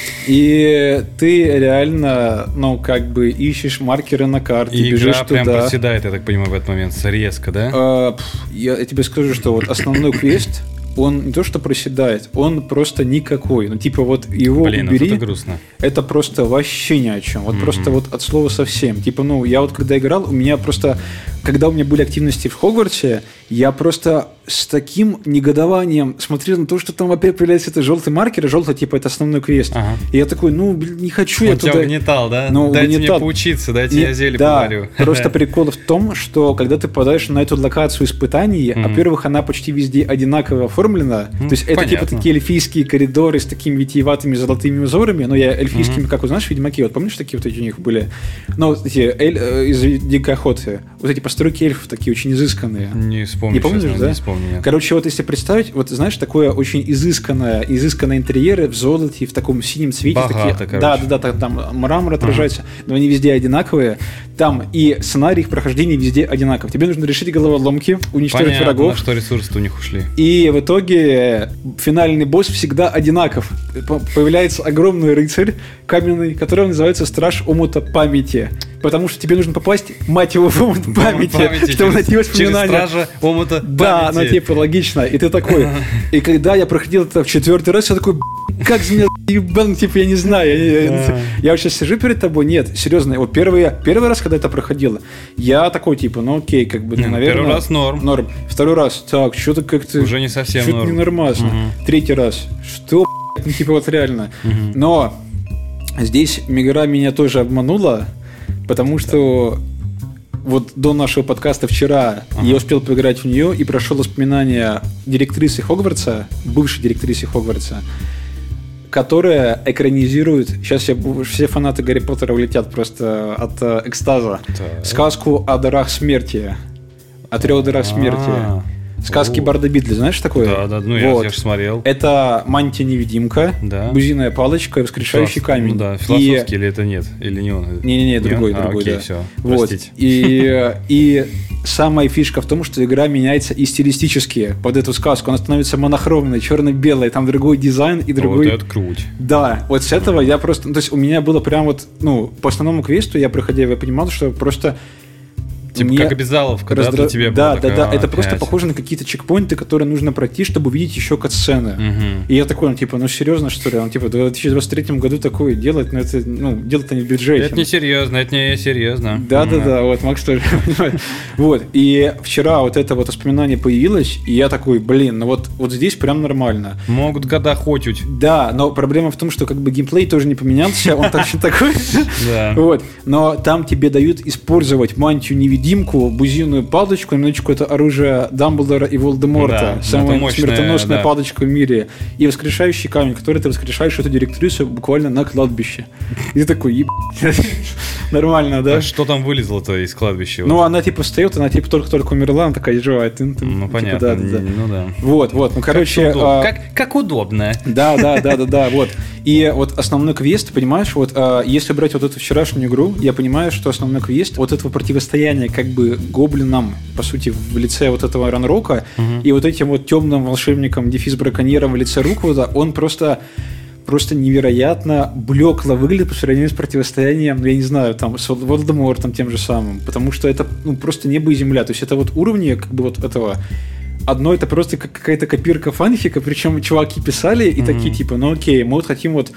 И ты реально, ну, как бы ишь маркеры на карте, и бежишь игра туда. прям проседает, я так понимаю, в этот момент резко, да? А, я, я тебе скажу, что вот основной квест, он не то что проседает, он просто никакой. Ну, типа, вот его Блин, убери, вот это грустно. Это просто вообще ни о чем. Вот mm-hmm. просто вот от слова совсем. Типа, ну, я вот когда играл, у меня просто... Когда у меня были активности в Хогвартсе, я просто с таким негодованием смотрел на то, что там опять появляется этот желтый маркер, и желтый, типа, это основной квест. Ага. И я такой, ну, блин, не хочу он я туда... тебя угнетал, да? Ну, дайте угнетал. мне поучиться, дайте не... я зелье да, поварю. Просто прикол в том, что когда ты попадаешь на эту локацию испытаний, mm-hmm. во-первых, она почти везде одинаково оформлена. Mm-hmm. То есть это понятно. Типа такие эльфийские коридоры с такими витиеватыми золотыми узорами. Но я эльфийскими, mm-hmm. как узнаешь, Ведьмаки, вот помнишь, такие вот эти у них были? Ну, вот эти эль... из Дикой охоты. Вот эти постройки эльфов такие очень изысканные. Не вспомню. Не помнишь, сейчас, да? Не вспомню, нет. Короче, вот если представить, вот знаешь, такое очень изысканное, изысканные интерьеры в золоте, в таком синем цвете. Богато, такие, короче. Да, да, да, там мрамор отражается, ага. но они везде одинаковые. Там и сценарий их прохождения везде одинаков. Тебе нужно решить головоломки, уничтожить Понятно, врагов. На что ресурсы у них ушли. И в итоге финальный босс всегда одинаков. Появляется огромный рыцарь каменный, который называется Страж Омута Памяти. Потому что тебе нужно попасть, мать его, в омут памяти, памяти чтобы найти воспоминания. Через Стража Омута Памяти. Да, ну типа логично. И ты такой. И когда я проходил это в четвертый раз, я такой, как за меня ебан, типа, я не знаю. Я, я, я вот сейчас сижу перед тобой. Нет, серьезно. Вот первый, первый раз, когда это проходило, я такой, типа, ну окей, как бы, ну, наверное. Первый раз норм. Норм. Второй раз, так, что-то как-то... Уже не совсем что-то норм. ненормально. Угу. Третий раз, что, ну, типа, вот реально. Угу. Но здесь игра меня тоже обманула, потому что вот до нашего подкаста вчера ага. я успел поиграть в нее и прошел воспоминания директрисы Хогвартса, бывшей директрисы Хогвартса, которая экранизирует, сейчас я, все фанаты Гарри Поттера улетят просто от э, экстаза, так. сказку о дарах смерти, о трех дарах смерти. А-а-а. Сказки О. Барда Бидля, знаешь такое? Да, да, ну вот. я, я же смотрел. Это мантия-невидимка, да. бузиная палочка и воскрешающий Филос... камень. Ну да, философский и... или это нет? Или не он? Не-не-не, другой, а, другой, окей, да. все, вот. простите. И, и самая фишка в том, что игра меняется и стилистически под эту сказку. Она становится монохромной, черно-белой, там другой дизайн и другой... Вот это круть. Да, вот с этого я просто... Ну, то есть у меня было прям вот, ну, по основному квесту я проходя, я понимал, что просто... Типа мне как обязаловка, раздра... да, для тебя да, была да, такая, да, это опять. просто похоже на какие-то чекпоинты, которые нужно пройти, чтобы увидеть еще кат-сцены. Угу. И я такой, ну, типа, ну, серьезно, что ли? Он, типа, в две тысячи двадцать третьем году такое делать, но это, ну, делать-то не в бюджете. Это не серьезно, это не серьезно. Да, да, да, вот, Макс тоже понимает. Вот, и вчера вот это вот воспоминание появилось, и я такой, блин, ну вот, вот здесь прям нормально. Могут года хотють. Да, но проблема в том, что как бы геймплей тоже не поменялся, он точно такой. Да. Вот, но там тебе дают использовать мантию невидимости невидимку, бузинную палочку, минуточку, это оружие Дамблдора и Волдеморта, да, самая мощная, смертоносная да. палочка в мире, и воскрешающий камень, который ты воскрешаешь эту директрису буквально на кладбище. И ты такой, еб... Нормально, да? А что там вылезло-то из кладбища? Ну, она типа встает, она типа только-только умерла, она такая живая. Тын, тын, ну, типа, понятно. Да, да, да. Ну, да. Вот, вот. Ну, короче... Как, а... как, как удобно. Да, да, да, да, да, вот. И вот основной квест, понимаешь, вот а, если брать вот эту вчерашнюю игру, я понимаю, что основной квест вот этого противостояния как бы гоблинам, по сути, в лице вот этого Ранрока, uh-huh. и вот этим вот темным волшебником, дефис браконьером в лице Руквуда, он просто... просто невероятно блекло выглядит по сравнению с противостоянием, ну, я не знаю, там, с Волдемортом тем же самым, потому что это, ну, просто небо и земля, то есть это вот уровни, как бы, вот этого, одно это просто какая-то копирка фанфика, причем чуваки писали и mm-hmm. такие, типа, ну, окей, мы вот хотим вот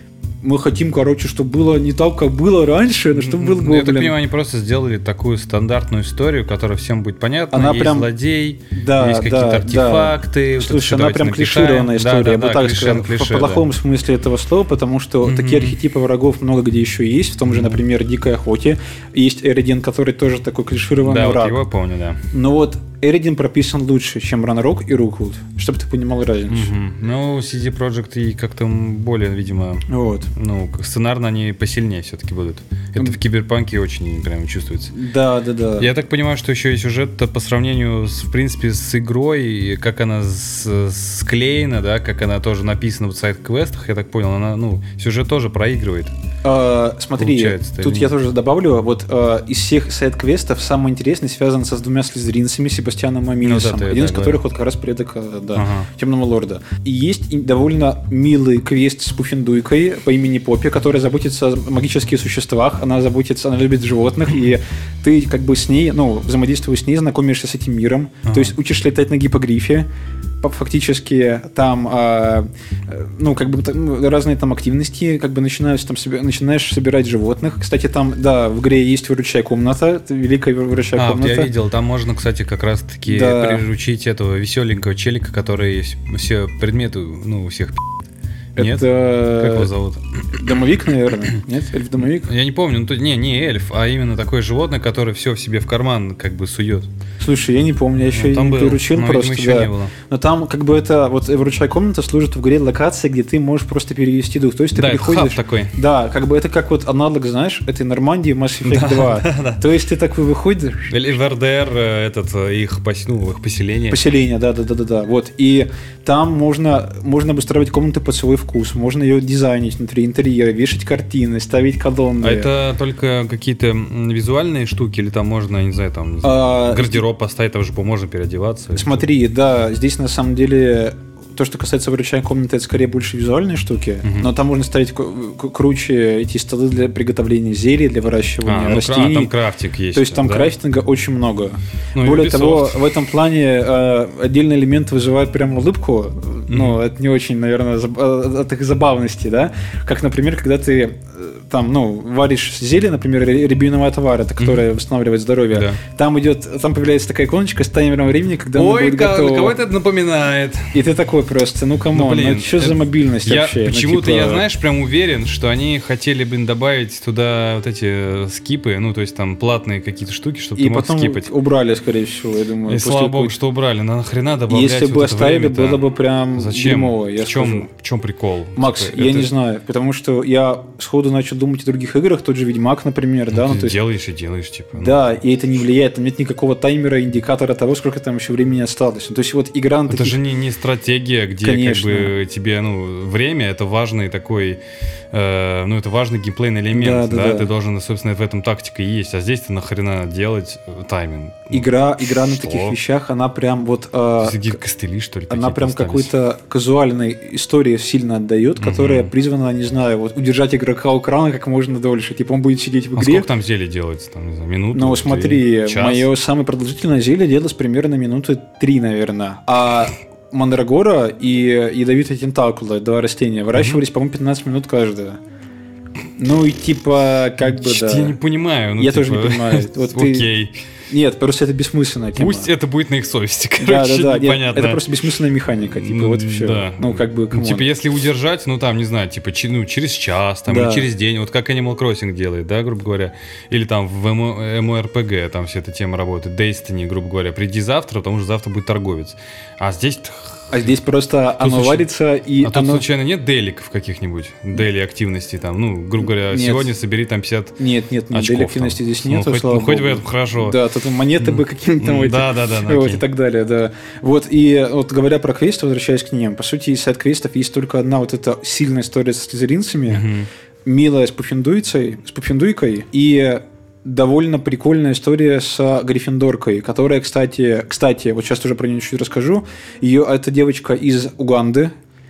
мы хотим, короче, чтобы было не так, как было раньше, но чтобы был гоблин. Я так понимаю, они просто сделали такую стандартную историю, которая всем будет понятна. Она есть прям... злодей, да, есть какие-то да, артефакты. Да. Слушай, вот она прям клишированная история, да, да, я бы да, так клише, сказал, клише, в плохом да. смысле этого слова, потому что mm-hmm. такие архетипы врагов много где еще есть, в том же, например, Дикой Охоте. Есть Эридин, который тоже такой клишированный да, враг. Да, вот его помню, да. Но вот Эридин прописан лучше, чем Ранрок и Руквуд, чтобы ты понимал разницу. Mm-hmm. Ну, си ди Projekt и как-то более, видимо, вот. ну, сценарно они посильнее все-таки будут. Это в Киберпанке очень прям чувствуется. Да, да, да. Я так понимаю, что еще и сюжет-то по сравнению, с, в принципе, с игрой, как она с, склеена, да, как она тоже написана в сайт-квестах, я так понял, она, ну, сюжет тоже проигрывает. А, смотри, тут я тоже добавлю, вот а, из всех сайт-квестов самый интересный связан со с двумя слизеринцами, Себастьяном и Аминисом, ну, да, один да, из да, которых да. вот как раз предок да, ага. Темного Лорда. И есть довольно милый квест с Пуффендуйкой по имени Поппи, которая заботится о магических существах, она заботится, она любит животных, и ты как бы с ней, ну, взаимодействуя с ней, знакомишься с этим миром, ага. то есть учишь летать на гиппогрифе, фактически там, а, ну, как бы там, разные там активности, как бы начинаешь, там, себе, начинаешь собирать животных. Кстати, там, да, в игре есть выручай комната, великая выручай а, комната. А, я видел, там можно, кстати, как раз-таки да. приручить этого веселенького челика, который все предметы, ну, у всех Нет? Это... Как его зовут? Домовик, наверное. Нет? Эльф-домовик? Я не помню. Ну, то, не, не эльф, а именно такое животное, которое все в себе в карман как бы сует. Слушай, я не помню, я еще ну, не приручил но, просто. Видимо, еще да. не было. Но там как бы это, вот выручай комната служит в игре локации, где ты можешь просто перевести дух. То есть ты да, приходишь... хаб такой. Да, как бы это как вот аналог, знаешь, этой Нормандии в Mass Effect два. Да, да. То есть ты такой выходишь... Или в эр дэ эр этот, их, ну, их поселение. Поселение, да-да-да-да. Вот. И там можно, можно обустраивать комнаты под свой вкус, можно ее дизайнить внутри интерьера, вешать картины, ставить колонны. А это только какие-то визуальные штуки, или там можно, не знаю, там а, гардероб поставить, там же можно переодеваться? Смотри, да, здесь на самом деле то, что касается выручай комнаты, это скорее больше визуальные штуки, uh-huh. но там можно ставить к- круче эти столы для приготовления зелий, для выращивания а, растений. Ну, там крафтинг есть. То есть там да? крафтинга очень много. Ну, Более того, в этом плане э, отдельные элементы вызывают прям улыбку. Mm-hmm. Ну, это не очень, наверное, заб... от их забавности, да? Как, например, когда ты там, ну, варишь зелье, например, рябинового отвара, это которое mm-hmm. восстанавливает здоровье. Да. Там идет, там появляется такая иконочка с таймером времени, когда Ой, оно будет как, готово. кого это напоминает? И ты такой просто, ну камон, ну, ну что это... за мобильность я, вообще? Почему-то ну, типа... я, знаешь, прям уверен, что они хотели, блин, добавить туда вот эти скипы, ну, то есть там платные какие-то штуки, чтобы и ты мог потом скипать. Убрали, скорее всего, я думаю. И слава богу, что убрали. Нахрена добавлять Если бы вот оставили, время-то? было бы прям Зачем? дерьмово, я в, чем, скажу. в чем прикол? Макс, типа, я это... не знаю, потому что я сходу начал думать о других играх, тот же Ведьмак, например, ну, да. Ты ну, то есть... делаешь и делаешь, типа. Да, ну... и это не влияет, там нет никакого таймера, индикатора того, сколько там еще времени осталось. Ну, то есть вот игра на Это таких... же не, не стратегия, где Конечно. как бы тебе, ну, время это важный такой, э, ну, это важный геймплейный элемент, да, да, да, ты должен, собственно, в этом тактика и есть, а здесь ты нахрена делать тайминг? Игра, ну, игра на что? таких вещах, она прям вот... Э, какие-то костыли, что ли? Она прям какой-то казуальной истории сильно отдает, угу. которая призвана, не знаю, вот удержать игрока у крана как можно дольше. Типа он будет сидеть в игре. А сколько там зелье делается? Там, не знаю, минуту? Ну, смотри, час? мое самое продолжительное зелье делалось примерно минуты три, наверное. А мандрагора и ядовитые тентакулы, два растения, выращивались, угу. по-моему, пятнадцать минут каждое. Ну и типа, как бы, да. Я не понимаю. Ну, я типа... тоже не понимаю. Вот Окей. Нет, просто это бессмысленная тема. Пусть это будет на их совести, короче, да, да, да. непонятно. Нет, это просто бессмысленная механика, типа, ну, вот и все. Да. Ну, как бы, ну, типа, если удержать, ну, там, не знаю, типа, ч- ну, через час, там, да. или через день, вот как Animal Crossing делает, да, грубо говоря, или там в MMORPG, там вся эта тема работает, Destiny, грубо говоря, приди завтра, потому что завтра будет торговец. А здесь... А здесь просто тут оно случай... варится и... А тут оно... случайно нет деликов каких-нибудь? Дели активности там, ну, грубо говоря, нет. Сегодня собери там пятьдесят Нет, нет, нет, дели активности там. здесь нету, ну, слава хоть, ну, хоть в этом хорошо. Да, тут монеты бы какими-то... Mm, эти, да, да, да. Вот, и так далее, да. Вот, и вот говоря про квесты, возвращаясь к ним, по сути, из сайд-квестов есть только одна вот эта сильная история со слизеринцами, mm-hmm. милая с пуффиндуйцей, с пуффиндуйкой, и... довольно прикольная история с Гриффиндоркой, которая, кстати, кстати, вот сейчас тоже про нее чуть расскажу. Ее, это девочка из Уганды,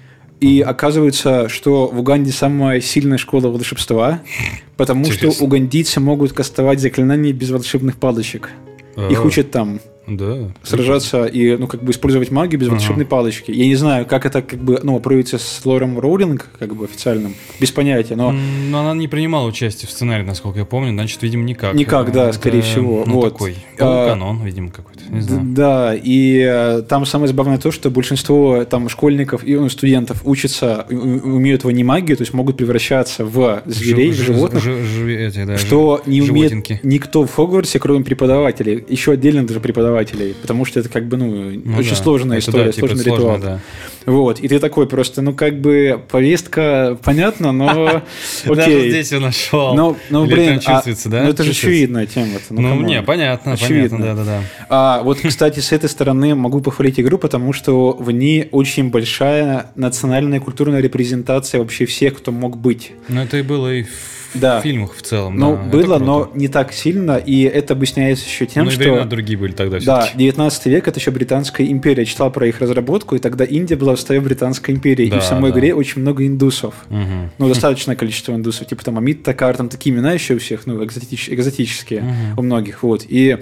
и оказывается, что в Уганде самая сильная школа волшебства, потому Интересно. Что угандийцы могут кастовать заклинания без волшебных палочек. А-а-а. Их учат там. Да. Сражаться и, ну, как бы использовать магию без волшебной ага. палочки. Я не знаю, как это, как бы, ну, проявится с Лором Роулинг, как бы официальным, без понятия, но... Но она не принимала участие в сценарии, насколько я помню, значит, видимо, никак. Никак, да, это, скорее всего. Ну, вот. такой канон, а, видимо, какой-то, не знаю. Да, и там самое забавное то, что большинство там школьников и ну, студентов учатся, умеют в анимагию, то есть могут превращаться в зверей, в животных, ж, ж, эти, да, что ж, не умеет животинки. Никто в Хогвартсе, кроме преподавателей, еще отдельно даже преподавателей, потому что это как бы, ну, ну очень да. сложная это история, да, типа сложный ритуал. Сложно, да. Вот, и ты такой просто, ну, как бы, повестка понятна, но окей. Даже здесь я нашел. Ну, ну блин, чувствуется, да? Ну, это же очевидная тема. Ну, не, понятно, понятно, да-да-да. А вот, кстати, с этой стороны могу похвалить игру, потому что в ней очень большая национальная культурная репрезентация вообще всех, кто мог быть. Ну, это и было и в да. фильмах в целом. Ну, да, было, но не так сильно, и это объясняется еще тем, ну, что... Ну, и времена другие были тогда все-таки. Да, девятнадцатый век – это еще Британская империя. Я читал про их разработку, и тогда Индия была в составе Британской империи, да, и в самой да. игре очень много индусов. Угу. Ну, достаточное количество индусов, типа там Амит Такар, там такие имена еще у всех, ну, экзотич... экзотические угу. у многих, вот. И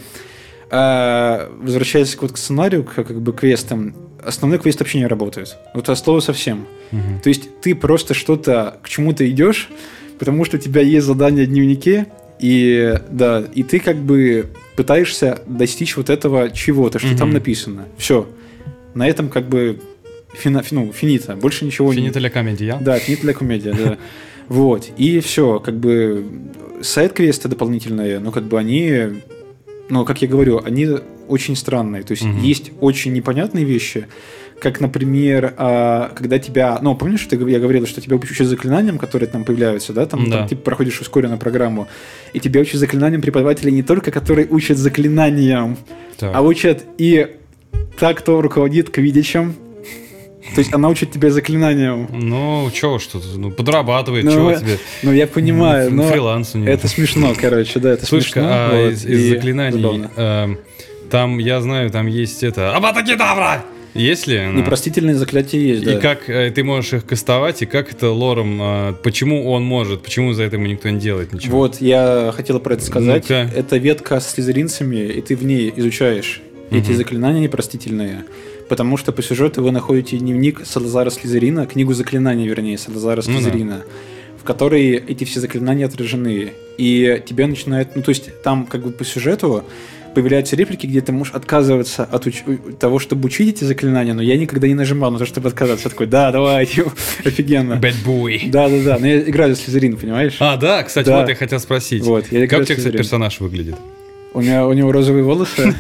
э, возвращаясь вот к сценарию, к как бы квестам, основной квест вообще не работает. Вот от слова совсем. Угу. То есть ты просто что-то, к чему-то идешь, потому что у тебя есть задание в дневнике, и да, и ты как бы пытаешься достичь вот этого чего-то, что mm-hmm. там написано. Все. На этом как бы фина, ну, финита. Больше ничего финита не... ля комедия. Да, финита ля комедия, да. Вот. И все, как бы сайд-квесты дополнительные, ну, как бы они, ну, как я говорю, они очень странные. То есть mm-hmm. есть очень непонятные вещи, как, например, когда тебя... Ну, помнишь, что я говорил, что тебя учат заклинаниям, которые там появляются, да? Там, да. там ты проходишь ускоренную программу, и тебя учат заклинаниям преподаватели не только, которые учат заклинаниям, так. а учат и так, кто руководит квиддичем. То есть она учит тебя заклинаниям. Ну, чего что-то, ну, подрабатывает, ну, чего тебе. Ну, я понимаю, ну, но фриланс у него. Это смешно, короче, да, это Слушай, смешно. А вот, из, из заклинаний, э, там, я знаю, там есть это... Абата-кедавра! Есть ли она? Непростительные заклятия есть, да. И как э, ты можешь их кастовать, и как это лором, э, почему он может, почему за это ему никто не делает ничего? Вот, я хотел про это сказать. Ну-ка. Это ветка с слизеринцами, и ты в ней изучаешь угу. эти заклинания непростительные, потому что по сюжету вы находите дневник Салазара Слизерина, книгу заклинаний, вернее, Салазара Слизерина, ну, да. в которой эти все заклинания отражены. И тебя начинает... Ну, то есть там как бы по сюжету появляются реплики, где ты можешь отказываться от уч... того, чтобы учить эти заклинания, но я никогда не нажимал на то, чтобы отказаться. Я такой, да, давайте, офигенно. Bad boy. Да-да-да, но я играю за Слизерин, понимаешь? А, да, кстати, да. вот я хотел спросить. Вот, я как у тебя, кстати, персонаж выглядит? У меня у него розовые волосы.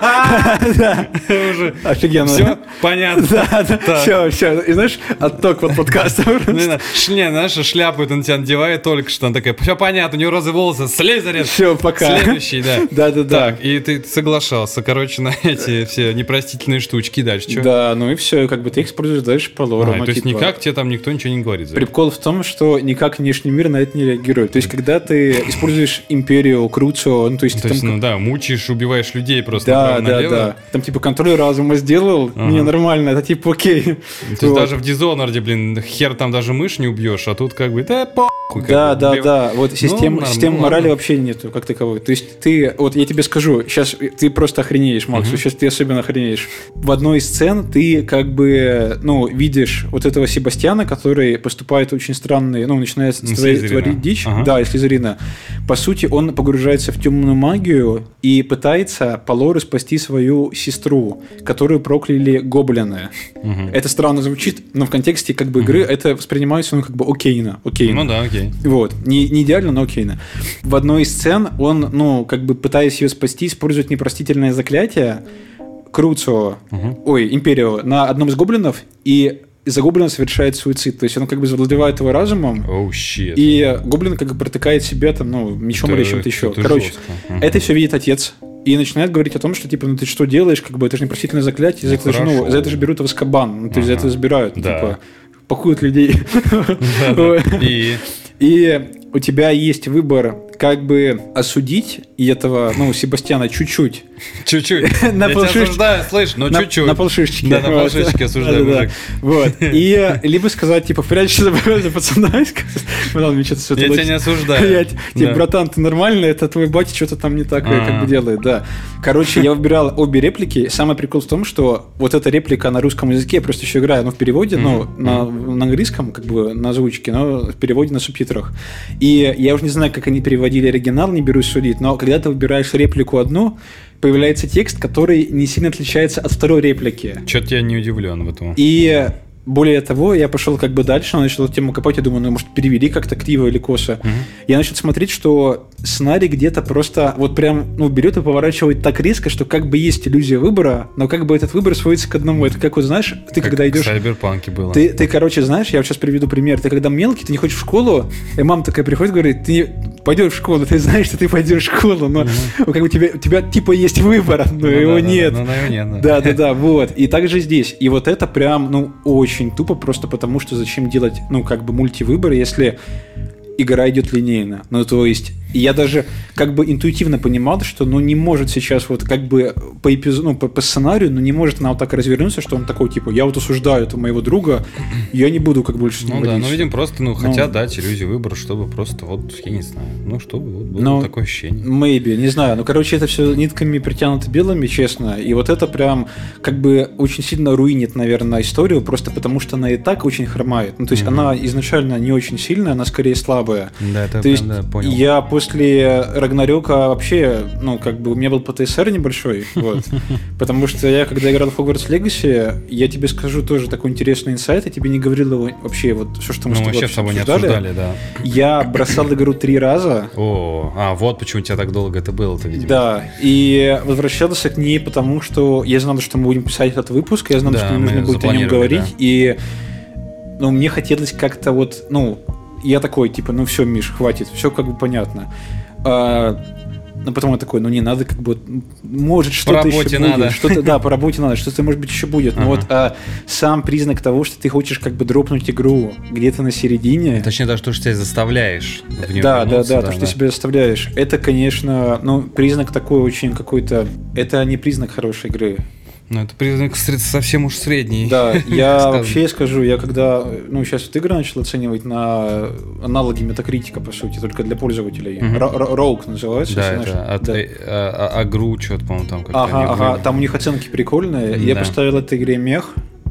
Офигенно. Все понятно. Да, все, все. И знаешь, отток вот подкаста. Не, знаешь, шляпу он тебя надевает только что, он такая, все понятно, у него розовые волосы, Слизерин. Все, пока. Следующий, да. Да-да-да. Так, и ты соглашался, короче, на эти все непростительные штучки. Дальше что? Да, ну и все, как бы ты их используешь дальше по лору. То есть никак тебе там никто ничего не говорит? Прикол в том, что никак внешний мир на это не реагирует. То есть, когда ты используешь империю, Круцио, ну то есть... Да, мучаешь, убиваешь людей просто да, направо-налево. Да, да, там типа контроль разума сделал, ага. не, нормально, это типа окей. То есть вот. Даже в Dishonored, блин, хер там даже мышь не убьешь, а тут как бы, да, похуй. Да, да, убьешь. Да, вот систем, ну, системы морали вообще нету, как таковой. То есть ты, вот я тебе скажу, сейчас ты просто охренеешь, Макс, uh-huh. сейчас ты особенно охренеешь. В одной из сцен ты как бы, ну, видишь вот этого Себастьяна, который поступает очень странный, ну, начинает творить дичь, ага. да, из Слизерина. По сути, он погружается в темную магию, Круцо и пытается по лору спасти свою сестру, которую прокляли гоблины. Угу. Это странно звучит, но в контексте как бы игры угу. это воспринимается ну, как бы окейно, окейно. Ну да, окей. Вот. Не, не идеально, но окейно. В одной из сцен он, ну, как бы пытаясь ее спасти, использует непростительное заклятие Круцо, угу. ой, Империо, на одном из гоблинов, и из-за гоблина совершает суицид. То есть он как бы завладевает его разумом, oh, shit. И гоблин как бы протыкает себя там, ну, мечом это, или чем-то еще. Короче, uh-huh. это все видит отец. И начинает говорить о том, что, типа, ну ты что делаешь, как бы это же непростительное заклятие, ну, за, это же, ну, за это же берут в Азкабан, ну, то есть uh-huh. за это забирают, ну, да. типа, пакуют людей. И... И у тебя есть выбор, как бы осудить и этого, ну, Себастьяна чуть-чуть. Чуть-чуть. Я тебя осуждаю, слышь, но чуть-чуть. На полшишечки. Да, на полшишечки осуждаю, мужик. Вот. И либо сказать, типа, прячься за пацана. Я тебя не осуждаю. Типа, братан, ты нормальный, это твой батя что-то там не так как бы делает, да. Короче, я выбирал обе реплики. Самый прикол в том, что вот эта реплика на русском языке, я просто еще играю, ну, в переводе, ну, на английском, как бы, на озвучке, но в переводе на субтитрах. И я уже не знаю, как они переводили оригинал, не берусь судить, но когда ты выбираешь реплику одну, появляется текст, который не сильно отличается от второй реплики. Чё-то я не удивлен в этом. И более того, я пошел как бы дальше, начал эту тему копать, я думаю, ну, может, перевели как-то криво или косо. Uh-huh. Я начал смотреть, что сценарий где-то просто вот прям, ну, берет и поворачивает так резко, что как бы есть иллюзия выбора, но как бы этот выбор сводится к одному. Это как вот, знаешь, ты как когда идешь... в Сайберпанке было. Ты, ты, короче, знаешь, я вот сейчас приведу пример. Ты когда мелкий, ты не хочешь в школу, и мама такая приходит, говорит, ты пойдешь в школу, ты знаешь, что ты пойдешь в школу, но uh-huh. как бы у тебя, у тебя типа есть выбор, но ну, его да, нет. Да, да, да, нет. Да-да-да, вот. И так же здесь. И вот это прям, ну, очень тупо, просто потому что зачем делать, ну, как бы мультивыбор, если игра идет линейно. Ну, то есть, я даже как бы интуитивно понимал, что, ну, не может сейчас вот как бы по эпизоду, ну, по, по сценарию, ну, не может она вот так развернуться, что он такой, типа, я вот осуждаю этого моего друга, я не буду как больше с ним Ну, водить. да, ну, видимо, просто, ну, хотят ну, дать иллюзию выбора, чтобы просто вот, я не знаю, ну, чтобы вот было ну, такое ощущение. Maybe, не знаю, ну, короче, это все нитками притянуто белыми, честно, и вот это прям как бы очень сильно руинит, наверное, историю, просто потому что она и так очень хромает. Ну, то есть, mm-hmm. она изначально не очень сильная, она скорее слабая. Да, это то прям, есть, да, понял. Я после Рагнарёка вообще, ну, как бы, у меня был ПТСР небольшой, вот, потому что я, когда играл в Hogwarts Legacy, я тебе скажу тоже такой интересный инсайт, я тебе не говорил его вообще, вот, все, что мы ну, с тобой вообще с тобой не обсуждали, да. Я бросал игру три раза. О, а, вот почему у тебя так долго это было-то, видимо. Да, и возвращался к ней, потому что я знал, что мы будем писать этот выпуск, я знал, да, что мне нужно будет о нем говорить, да. И, ну, мне хотелось как-то вот, ну, я такой, типа, ну все, Миш, хватит, все как бы понятно. А, но потом я такой, ну не надо, как бы, может что-то еще надо. будет. Что-то, да, по работе надо, что-то, может быть, еще будет. Но ага. вот а, сам признак того, что ты хочешь как бы дропнуть игру где-то на середине. Точнее, даже то, что ты себя заставляешь. Да, да, да, да, то, что да. ты себя заставляешь. Это, конечно, ну, признак такой очень какой-то. Это не признак хорошей игры. Ну, это признак совсем уж средний. Да, я вообще скажу, я когда, ну, сейчас вот игры начал оценивать на аналоги метакритика, по сути, только для пользователей. Роук называется. Да, это от Агру, что-то, по-моему, там как-то. Ага, ага, там у них оценки прикольные. Я поставил этой игре мех.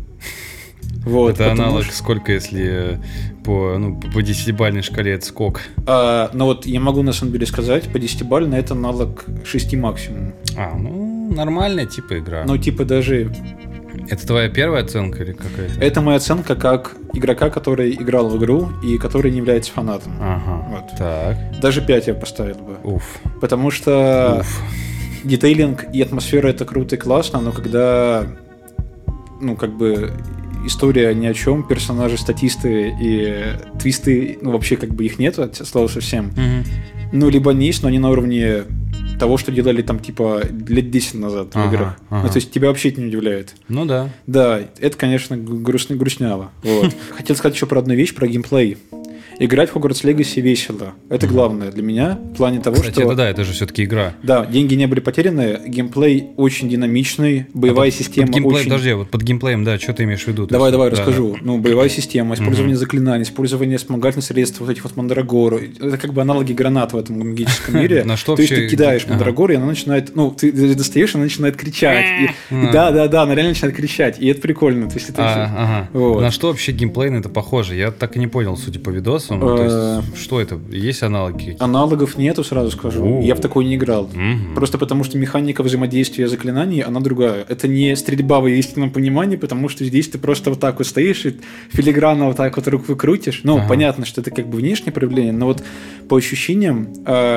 Вот, это аналог что... сколько, если по, ну, по десятибалльной шкале это сколько? А, ну вот я могу на самом деле сказать, по десятибалльной это аналог шести максимум. А, ну нормальная типа игра. Ну типа даже... Это твоя первая оценка или какая-то? Это моя оценка как игрока, который играл в игру и который не является фанатом. Ага, вот. Так. Даже пять я поставил бы. Уф. Потому что Уф. детейлинг и атмосфера это круто и классно, но когда, ну как бы... история ни о чем, персонажи, статисты и твисты, ну, вообще как бы их нет, от слова совсем. Mm-hmm. Ну, либо они есть, но они на уровне того, что делали там, типа, лет десять назад в ага, играх. Ага. Ну, то есть тебя вообще это не удивляет. Ну, да. Да, это, конечно, грустно, грустняло. Вот. Хотел сказать еще про одну вещь, про геймплей. Играть в Hogwarts Legacy весело. Это главное для меня в плане того, Кстати, что... это да, это же все-таки игра. Да, деньги не были потеряны, геймплей очень динамичный, боевая а под, система под геймплей, очень... Подожди, вот под геймплеем, да, что ты имеешь в виду? Давай, есть, давай, да, расскажу. Да. Ну, боевая система, использование mm-hmm. заклинаний, использование вспомогательных средств, вот этих вот мандрагор. Это как бы аналоги гранат в этом магическом мире. На что То есть ты кидаешь мандрагор, и она начинает... Ну, ты достаешь, она начинает кричать. Да, да, да, она реально начинает кричать. И это прикольно. На что вообще геймплейно это похоже? Я так и не понял, судя по видосам. голосом? То есть, что это? Есть аналоги? Аналогов нету, сразу скажу. Я в такой не играл. Просто потому, что механика взаимодействия заклинаний, она другая. Это не стрельба в истинном понимании, потому что здесь ты просто вот так вот стоишь и филигранно вот так вот руку крутишь. Ну, ага. понятно, что это как бы внешнее проявление, но вот по ощущениям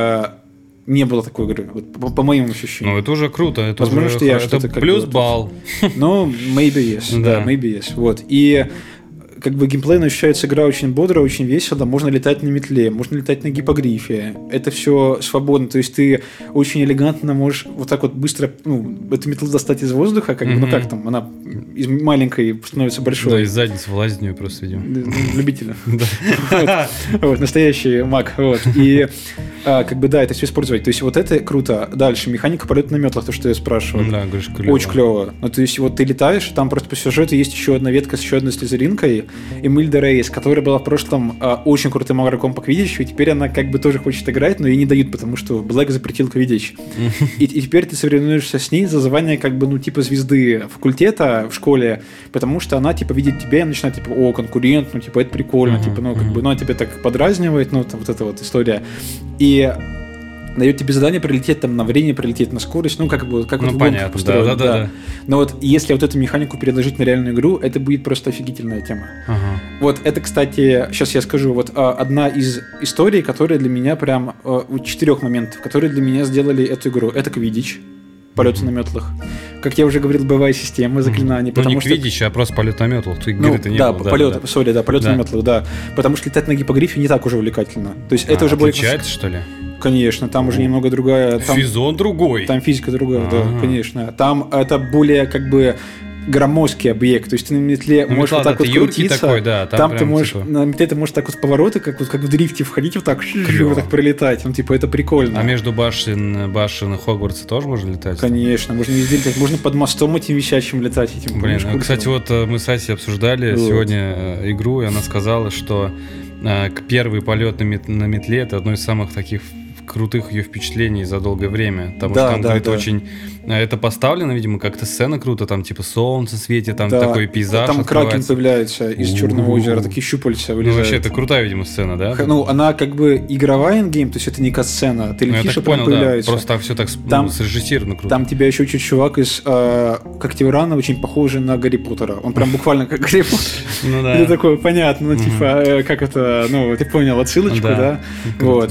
не было такой игры, вот, по, по моим ощущениям. Ну, это уже круто. Это Возможно, уже что я это что-то как плюс бы, балл. Ну, maybe yes. да, maybe yes. Вот. И как бы геймплейно ощущается игра очень бодро, очень весело. Можно летать на метле, можно летать на гиппогрифе. Это все свободно. То есть ты очень элегантно можешь вот так вот быстро ну, эту метлу достать из воздуха. Как mm-hmm. бы, ну как там, она из маленькой становится большой. Да, из задницы вылазит в нее просто, видимо. Любителя. Вот, настоящий маг. И как бы да, это все использовать. То есть вот это круто. Дальше, механика полета на метлах, то, что я спрашивал. Да, говоришь, клево. Очень клево. Ну, то есть вот ты летаешь, там просто по сюжету есть еще одна ветка с еще одной слизеринкой, Эмильда Рейс, которая была в прошлом э, очень крутым игроком по квиддичу, и теперь она как бы тоже хочет играть, но ей не дают, потому что Блэк запретил квиддич. И, и теперь ты соревнуешься с ней за звание как бы, ну, типа звезды факультета в школе, потому что она, типа, видит тебя и начинает, типа, о, конкурент, ну, типа, это прикольно, uh-huh, типа, ну, как uh-huh. бы, ну, тебя так подразнивает, ну, там, вот эта вот история. И дает тебе задание прилететь там на время, прилететь на скорость, ну, как бы, как ну, вот понятно, построен, да, да, да. да. Но вот если вот эту механику переложить на реальную игру, это будет просто офигительная тема. Ага. Вот это, кстати, сейчас я скажу, вот одна из историй, которая для меня прям, четырех моментов, которые для меня сделали эту игру, это квиддич, полеты mm-hmm. на метлах. Как я уже говорил, боевая система заклинаний. Ну, не квиддич, что... а просто полет на метлах. Ты ну, не да, было, полет, да, да. сори, да, полет да. на метлах, да. Потому что летать на гиппогрифе не так уже увлекательно. То есть а, это уже отличается, более... что ли? Конечно, там уже немного другая... Там, Физон другой. Там физика другая, А-а-а. да, конечно. Там это более как бы громоздкий объект, то есть ты на метле ну, можешь метла, вот так вот крутиться, такой, да, там, там ты можешь, типа... на метле ты можешь так вот в повороты, как, вот, как в дрифте входить, вот так, вот так пролетать, ну типа это прикольно. А между башен, башен Хогвартса тоже можно летать? Конечно, можно везде летать, можно под мостом этим висящим летать. Этим, Блин, ну, кстати, вот мы с Асей обсуждали вот. сегодня игру, и она сказала, что э, первый полет на, мет, на метле это одно из самых таких крутых ее впечатлений за долгое время. Потому да, что там, да, говорит, да. очень... Это поставлено, видимо, как-то сцена круто, там типа солнце светит, там да. такой пейзаж там кракен появляется из Черного озера, такие щупальца вылезают. Ну, вообще, это крутая, видимо, сцена, да? Ну, она как бы игровая ингейм, то есть это не кат-сцена, ты летишь, ну, и прям появляется. Да. Просто так все так там, ну, срежиссировано круто. Там тебя еще чуть чувак из э, Когтеврана, очень похожий на Гарри Поттера. Он прям буквально как Гарри Поттер. Ну да. Это такое, понятно, ну типа, как это, ну, ты понял отсылочку, да? Вот.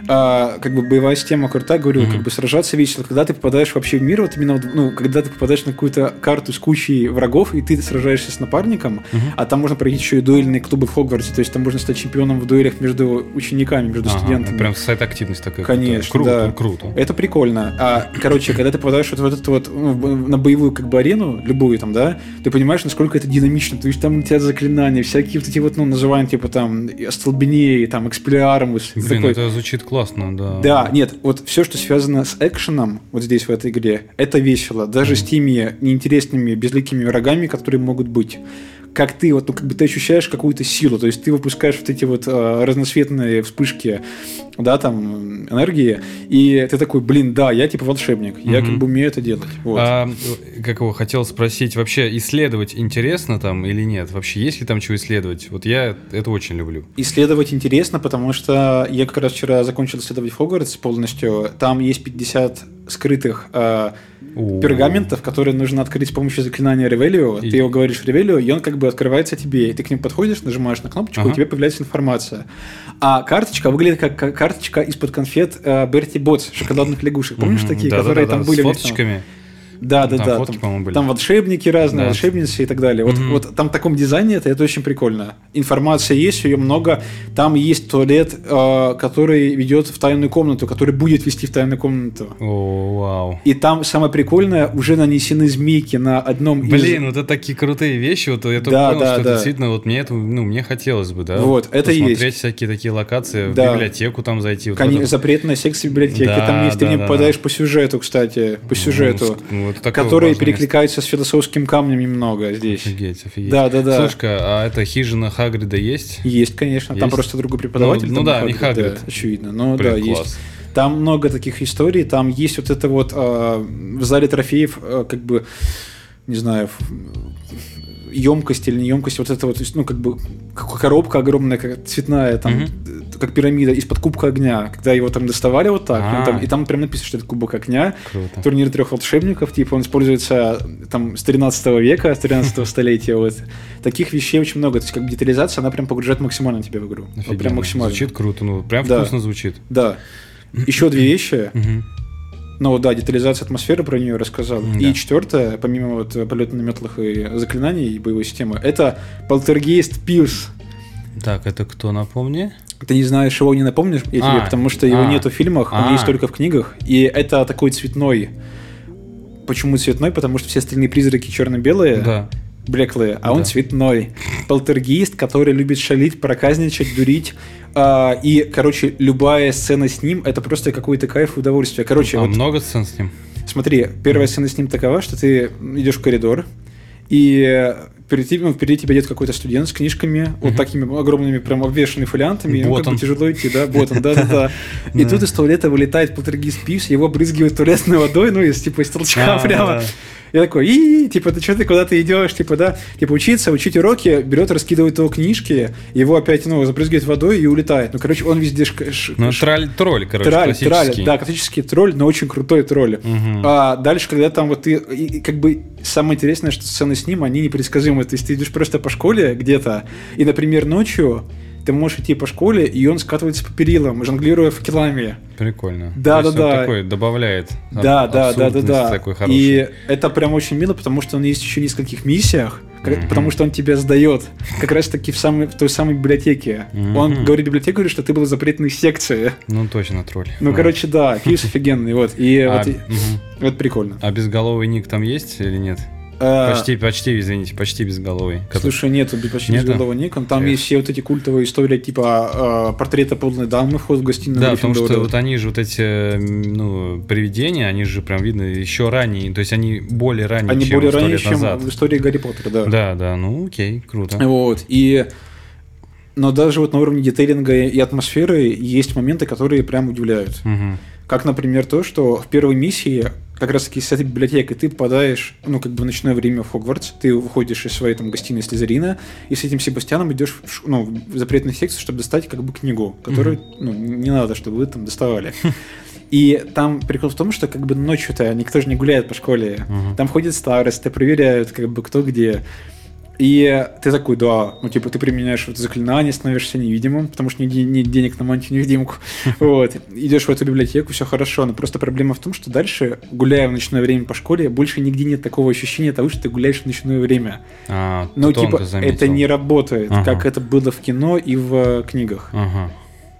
А, как бы боевая система крутая, говорю, mm-hmm. как бы сражаться весело. Когда ты попадаешь вообще в мир, вот именно, ну, когда ты попадаешь на какую-то карту с кучей врагов, и ты сражаешься с напарником, mm-hmm. а там можно пройти еще и дуэльные клубы в Хогвартсе, то есть там можно стать чемпионом в дуэлях между учениками, между ага, студентами. Прям сайт-активность такая. Конечно, круто, да. круто. Это прикольно. А, короче, когда ты попадаешь вот в эту вот, ну, на боевую как бы арену, любую там, да, ты понимаешь, насколько это динамично, то есть там летят заклинания, всякие вот эти вот, ну, называем, типа там, остолбенеи, там, эксплиармус. Блин, такой... это звучит классно, да. Да, нет, вот все, что связано с экшеном, вот здесь, в этой игре, это весело. Даже mm-hmm. с теми неинтересными, безликими врагами, которые могут быть. Как ты, вот, ну, как бы ты ощущаешь какую-то силу, то есть ты выпускаешь вот эти вот э, разноцветные вспышки, да, там, энергии, и ты такой, блин, да, я типа волшебник, mm-hmm. я как бы умею это делать. Вот. А, как его хотел спросить, вообще исследовать интересно там или нет? Вообще есть ли там чего исследовать? Вот я это очень люблю. Исследовать интересно, потому что я как раз вчера закончил исследовать Хогвартс полностью, там есть пятьдесят скрытых э, пергаментов, которые нужно открыть с помощью заклинания Ревелио. И... Ты его говоришь Ревелио, и он как бы открывается тебе. И ты к нему подходишь, нажимаешь на кнопочку, ага. и у тебя появляется информация. А карточка выглядит как карточка из-под конфет э, Берти Ботс, шоколадных лягушек. Помнишь mm-hmm. такие, да, которые да, да, там да, были? С фоточками. Да, да, там да. Фотки, там, были. Там волшебники разные, да. волшебницы и так далее. Вот, mm-hmm. вот там в таком дизайне это, это очень прикольно. Информация есть, ее много. Там есть туалет, э, который ведет в тайную комнату, который будет вести в тайную комнату. О, вау. И там самое прикольное, уже нанесены змейки на одном Блин, из... Блин, вот это такие крутые вещи. Вот я только да, понял, да, что да. это действительно вот мне это, ну, мне хотелось бы, да. Вот, это посмотреть есть. всякие такие локации, да. в библиотеку там зайти. Вот Кон... Запретная секция библиотеки. Да, там есть, да, ты не да, попадаешь да. по сюжету, кстати, по сюжету, ну, вот который перекликается с философским камнем немного здесь. Офигеть, офигеть. Да, да, да. Слушай-ка, а эта хижина Хагрида есть? Есть, конечно. Есть? Там просто другой преподаватель. Ну, ну да, Хагрид, не Хагрид. Да, очевидно. Но Блин, да, класс. есть. Там много таких историй. Там есть вот это вот э, в зале трофеев э, как бы не знаю, емкость или не емкость, вот это вот, ну, как бы коробка огромная, как цветная, там, mm-hmm. как пирамида, из-под кубка огня, когда его там доставали вот так, и там, и там прям написано, что это кубок огня. Круто. Турнир трех волшебников, типа, он используется там с тринадцатого века, с тринадцатого столетия, вот. Таких вещей очень много, то есть, как бы детализация, она прям погружает максимально тебя в игру. Вот, прям максимально. Звучит круто, ну, прям да. вкусно звучит. Да. Еще две вещи. Mm-hmm. Ну да, детализация атмосферы, про нее рассказал. Да. И четвертое, помимо вот полета на метлах и заклинаний и боевой системы, это Полтергейст Пирс. Так, это кто, напомни? Ты не знаешь его, не напомнишь я а, тебе, потому что его а, нету в фильмах, он а. есть только в книгах. И это такой цветной. Почему цветной? Потому что все остальные призраки черно-белые. Да. Блеклые, а да. он цветной. Полтергейст, который любит шалить, проказничать, дурить. А, и, короче, любая сцена с ним это просто какой-то кайф и удовольствие. Короче, а вот, много сцен с ним? Смотри, первая сцена с ним такова, что ты идешь в коридор, и впереди, ну, впереди тебя идет какой-то студент с книжками, uh-huh. вот такими огромными, прям обвешанными фолиантами, ну, как бы тяжело идти, да, ботом, да-да-да. И тут из туалета вылетает Полтергейст Пирс, его брызгивают туалетной водой, ну, из, типа, из толчка прямо. Я такой, и типа, ты что, ты куда ты идешь, типа, да, типа, учиться, учить уроки, берет, раскидывает его книжки, его опять, ну, забрызгивает водой и улетает. Ну, короче, он везде... Ш- ш- ну, тролль, тролль, короче, тролль, классический. Тролль, да, классический тролль, но очень крутой тролль. Угу. А дальше, когда там вот ты, и, и, как бы, самое интересное, что сцены с ним, они непредсказуемы. То есть ты идешь просто по школе где-то, и, например, ночью ты можешь идти по школе, и он скатывается по перилам, жонглируя факелами. Прикольно. Да, да, да. Такой добавляет. Да, да, да, да, да. Такой хороший. И это прям очень мило, потому что он есть еще в нескольких миссиях, mm-hmm. потому что он тебя сдает как раз таки в, самой, в той самой библиотеке. Mm-hmm. Он говорит библиотекарю, что ты был в запретной секции. Ну точно, тролль. Ну, mm-hmm. короче, да, Пирс офигенный, вот. И а, вот, mm-hmm. это прикольно. А безголовый ник там есть или нет? Почти, почти, извините, почти безголовый. Слушай, нету почти нету? безголового ника. Там Эх. есть все вот эти культовые истории, типа э, портрета подлой дамы, вход в гостиную. Да, потому что вот они же, вот эти, ну, привидения, они же прям видно еще ранее, то есть они более ранние, они чем более ранние, чем назад. в истории Гарри Поттера, да. Да, да, ну окей, круто. Вот, и... Но даже вот на уровне детейлинга и атмосферы есть моменты, которые прям удивляют. Угу. Как, например, то, что в первой миссии как раз-таки с этой библиотекой ты попадаешь, ну, как бы в ночное время в Хогвартс, ты выходишь из своей там гостиной Слизерина, и с этим Себастьяном идешь в, ну, в запретную секцию, чтобы достать как бы книгу, которую, mm-hmm. ну, не надо, чтобы вы там доставали. И там прикол в том, что как бы ночью-то никто же не гуляет по школе. Uh-huh. Там ходят старосты, проверяют, как бы кто где. И ты такой, да, ну типа ты применяешь вот заклинание, становишься невидимым, потому что нет, нет денег на мантию-невидимку. Вот. Идешь в эту библиотеку, все хорошо, но просто проблема в том, что дальше, гуляя в ночное время по школе, больше нигде нет такого ощущения того, что ты гуляешь в ночное время. А, но типа заметил. Это не работает, ага. как это было в кино и в книгах. Ага.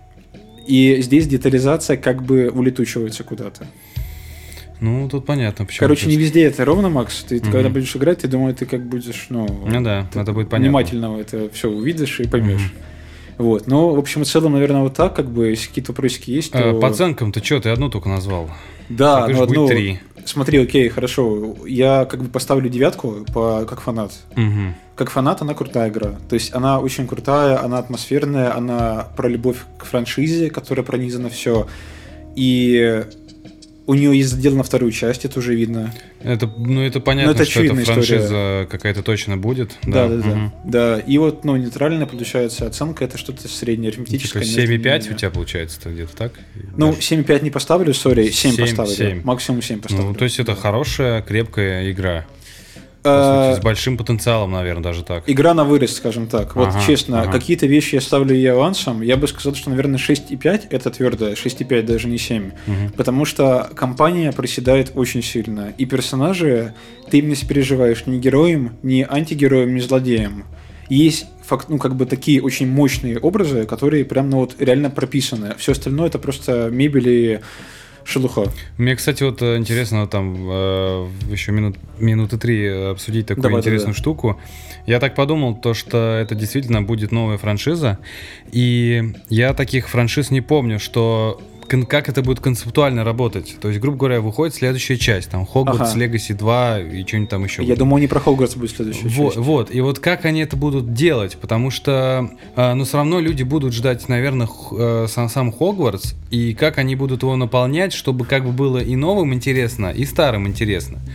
И здесь детализация как бы улетучивается куда-то. Ну, тут понятно, почему. Короче, не везде это ровно, Макс. Ты угу. когда будешь играть, ты думаешь, ты как будешь, ну... Ну да, это будет понятно. Внимательно это все увидишь и поймешь. Угу. Вот. Но, в общем и целом, наверное, вот так, как бы, если какие-то вопросики есть, то... А, по оценкам ты что, ты одну только назвал? Да, ну одну... три. Смотри, окей, хорошо. Я как бы поставлю девятку по... как фанат. Угу. Как фанат она крутая игра. То есть она очень крутая, она атмосферная, она про любовь к франшизе, которая пронизана все. И... У нее есть задел на вторую часть, это уже видно. Это, ну, это понятно, это что это франшиза история. Какая-то точно будет. Да, да, да. Угу. Да. да. И вот, ну, нейтральная получается оценка, это что-то среднее, арифметическое. Типа семь и пять у тебя получается где-то так? Ну, семь и пять не поставлю, сори, семь поставлю. семь. Максимум семь поставлю. Ну, то есть это хорошая, крепкая игра. Сути, с большим потенциалом, наверное, даже так. Игра на вырост, скажем так. Вот ага, честно, ага. какие-то вещи я ставлю ей авансом. Я бы сказал, что, наверное, шесть и пять это твердое, шесть и пять даже не семь. Угу. Потому что компания проседает очень сильно. И персонажи, ты им не сопереживаешь ни героем, ни антигероем, ни злодеем. Есть факт, ну, как бы такие очень мощные образы, которые прям, ну, вот реально прописаны. Все остальное это просто мебель и шелуха. Мне, кстати, вот интересно там э, еще минут, минуты три обсудить такую Давай, интересную да, да. штуку. Я так подумал, то, что это действительно будет новая франшиза, и я таких франшиз не помню, что как это будет концептуально работать. То есть, грубо говоря, выходит следующая часть, там, Хогвартс ага. Legacy два и что-нибудь там еще. Я думаю, не про Хогвартс будет следующая вот, часть. Вот, и вот как они это будут делать, потому что, э, ну, все равно люди будут ждать, наверное, х, э, сам, сам Хогвартс, и как они будут его наполнять, чтобы как бы было и новым интересно, и старым интересно.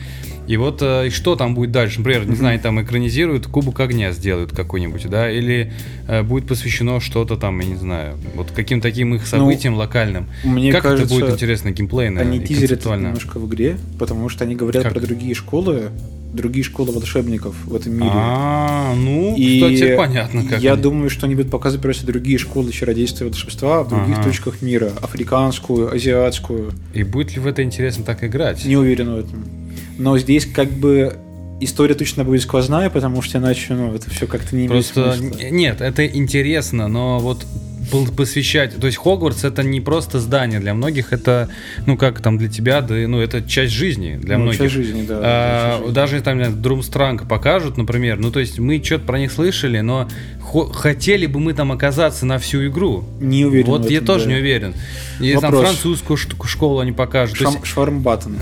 И вот и что там будет дальше? Например, не mm-hmm. знаю, там экранизируют Кубок огня, сделают какой-нибудь, да, или э, будет посвящено что-то там, я не знаю, вот каким-то таким их событиям ну, локальным. Мне как кажется, это будет интересно геймплейно они и тизерят немножко в игре, потому что они говорят как? про другие школы, другие школы волшебников в этом мире. А, ну, и кстати, понятно. Как я они. думаю, что они будут показывать просто другие школы чародейства и волшебства в других ага. точках мира. Африканскую, азиатскую. И будет ли в это интересно так играть? Не уверен в этом. Но здесь как бы история точно будет сквозная, потому что иначе ну, это все как-то не имеет Просто смысла. Нет, это интересно, но вот посвящать, то есть Хогвартс это не просто здание, для многих это, ну как там для тебя, да, ну это часть жизни для ну, многих. Часть жизни, да. А, часть жизни. Даже там Друмстранг покажут, например, ну то есть мы что-то про них слышали, но хо- хотели бы мы там оказаться на всю игру. Не уверен. Вот в этом, я тоже да. не уверен. Если там французскую школу они покажут. Шам- есть... Швармбаттон.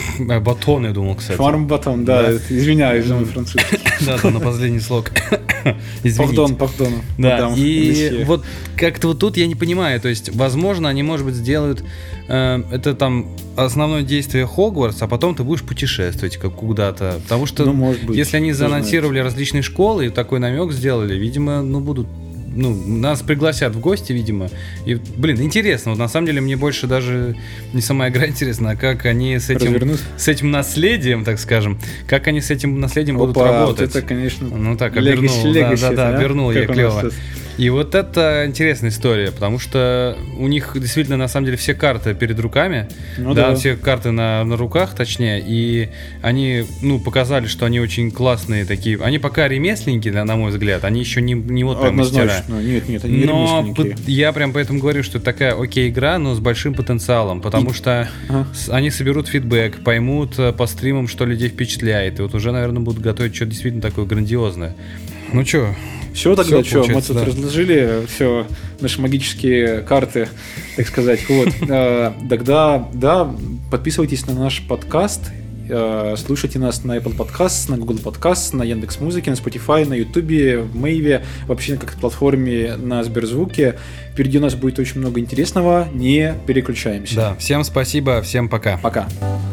Батон, я думал, кстати. Швармбаттон, да, да. Извиняюсь за мой французский. Да, на последний слог. Извините. Пардон, пардон. Да, и вот как-то вот тут я не понимаю, то есть, возможно, они, может быть, сделают э, это там основное действие Хогвартс, а потом ты будешь путешествовать как куда-то, потому что ну, может быть, если они заанонсировали различные школы и такой намек сделали, видимо, ну, будут ну, нас пригласят в гости, видимо. И, блин, интересно. Вот на самом деле мне больше даже не сама игра интересна, а как они с этим, с этим наследием, так скажем, как они с этим наследием Опа, будут работать. Вот это, конечно, ну так, обернул. Да, да, да, обернул я клево. И вот это интересная история, потому что у них действительно на самом деле все карты перед руками, ну, да, да, все карты на, на руках, точнее, и они, ну, показали, что они очень классные такие. Они пока ремесленники, на мой взгляд, они еще не, не вот прям мастера. Нет, нет, они не но ремесленники. Я прям поэтому говорю, что это такая окей игра, но с большим потенциалом, потому и... что ага. они соберут фидбэк, поймут по стримам, что людей впечатляет, и вот уже, наверное, будут готовить что-то действительно такое грандиозное. Ну что? Все тогда, что, мы тут да. разложили все наши магические карты, так сказать. Вот. Тогда, да, подписывайтесь на наш подкаст, слушайте нас на Apple Podcasts, на Google Podcasts, на Яндекс.Музыке, на Spotify, на Ютубе, в Мэйве, вообще на какой-то платформе, на Сберзвуке. Впереди у нас будет очень много интересного, не переключаемся. Да, всем спасибо, всем пока. Пока.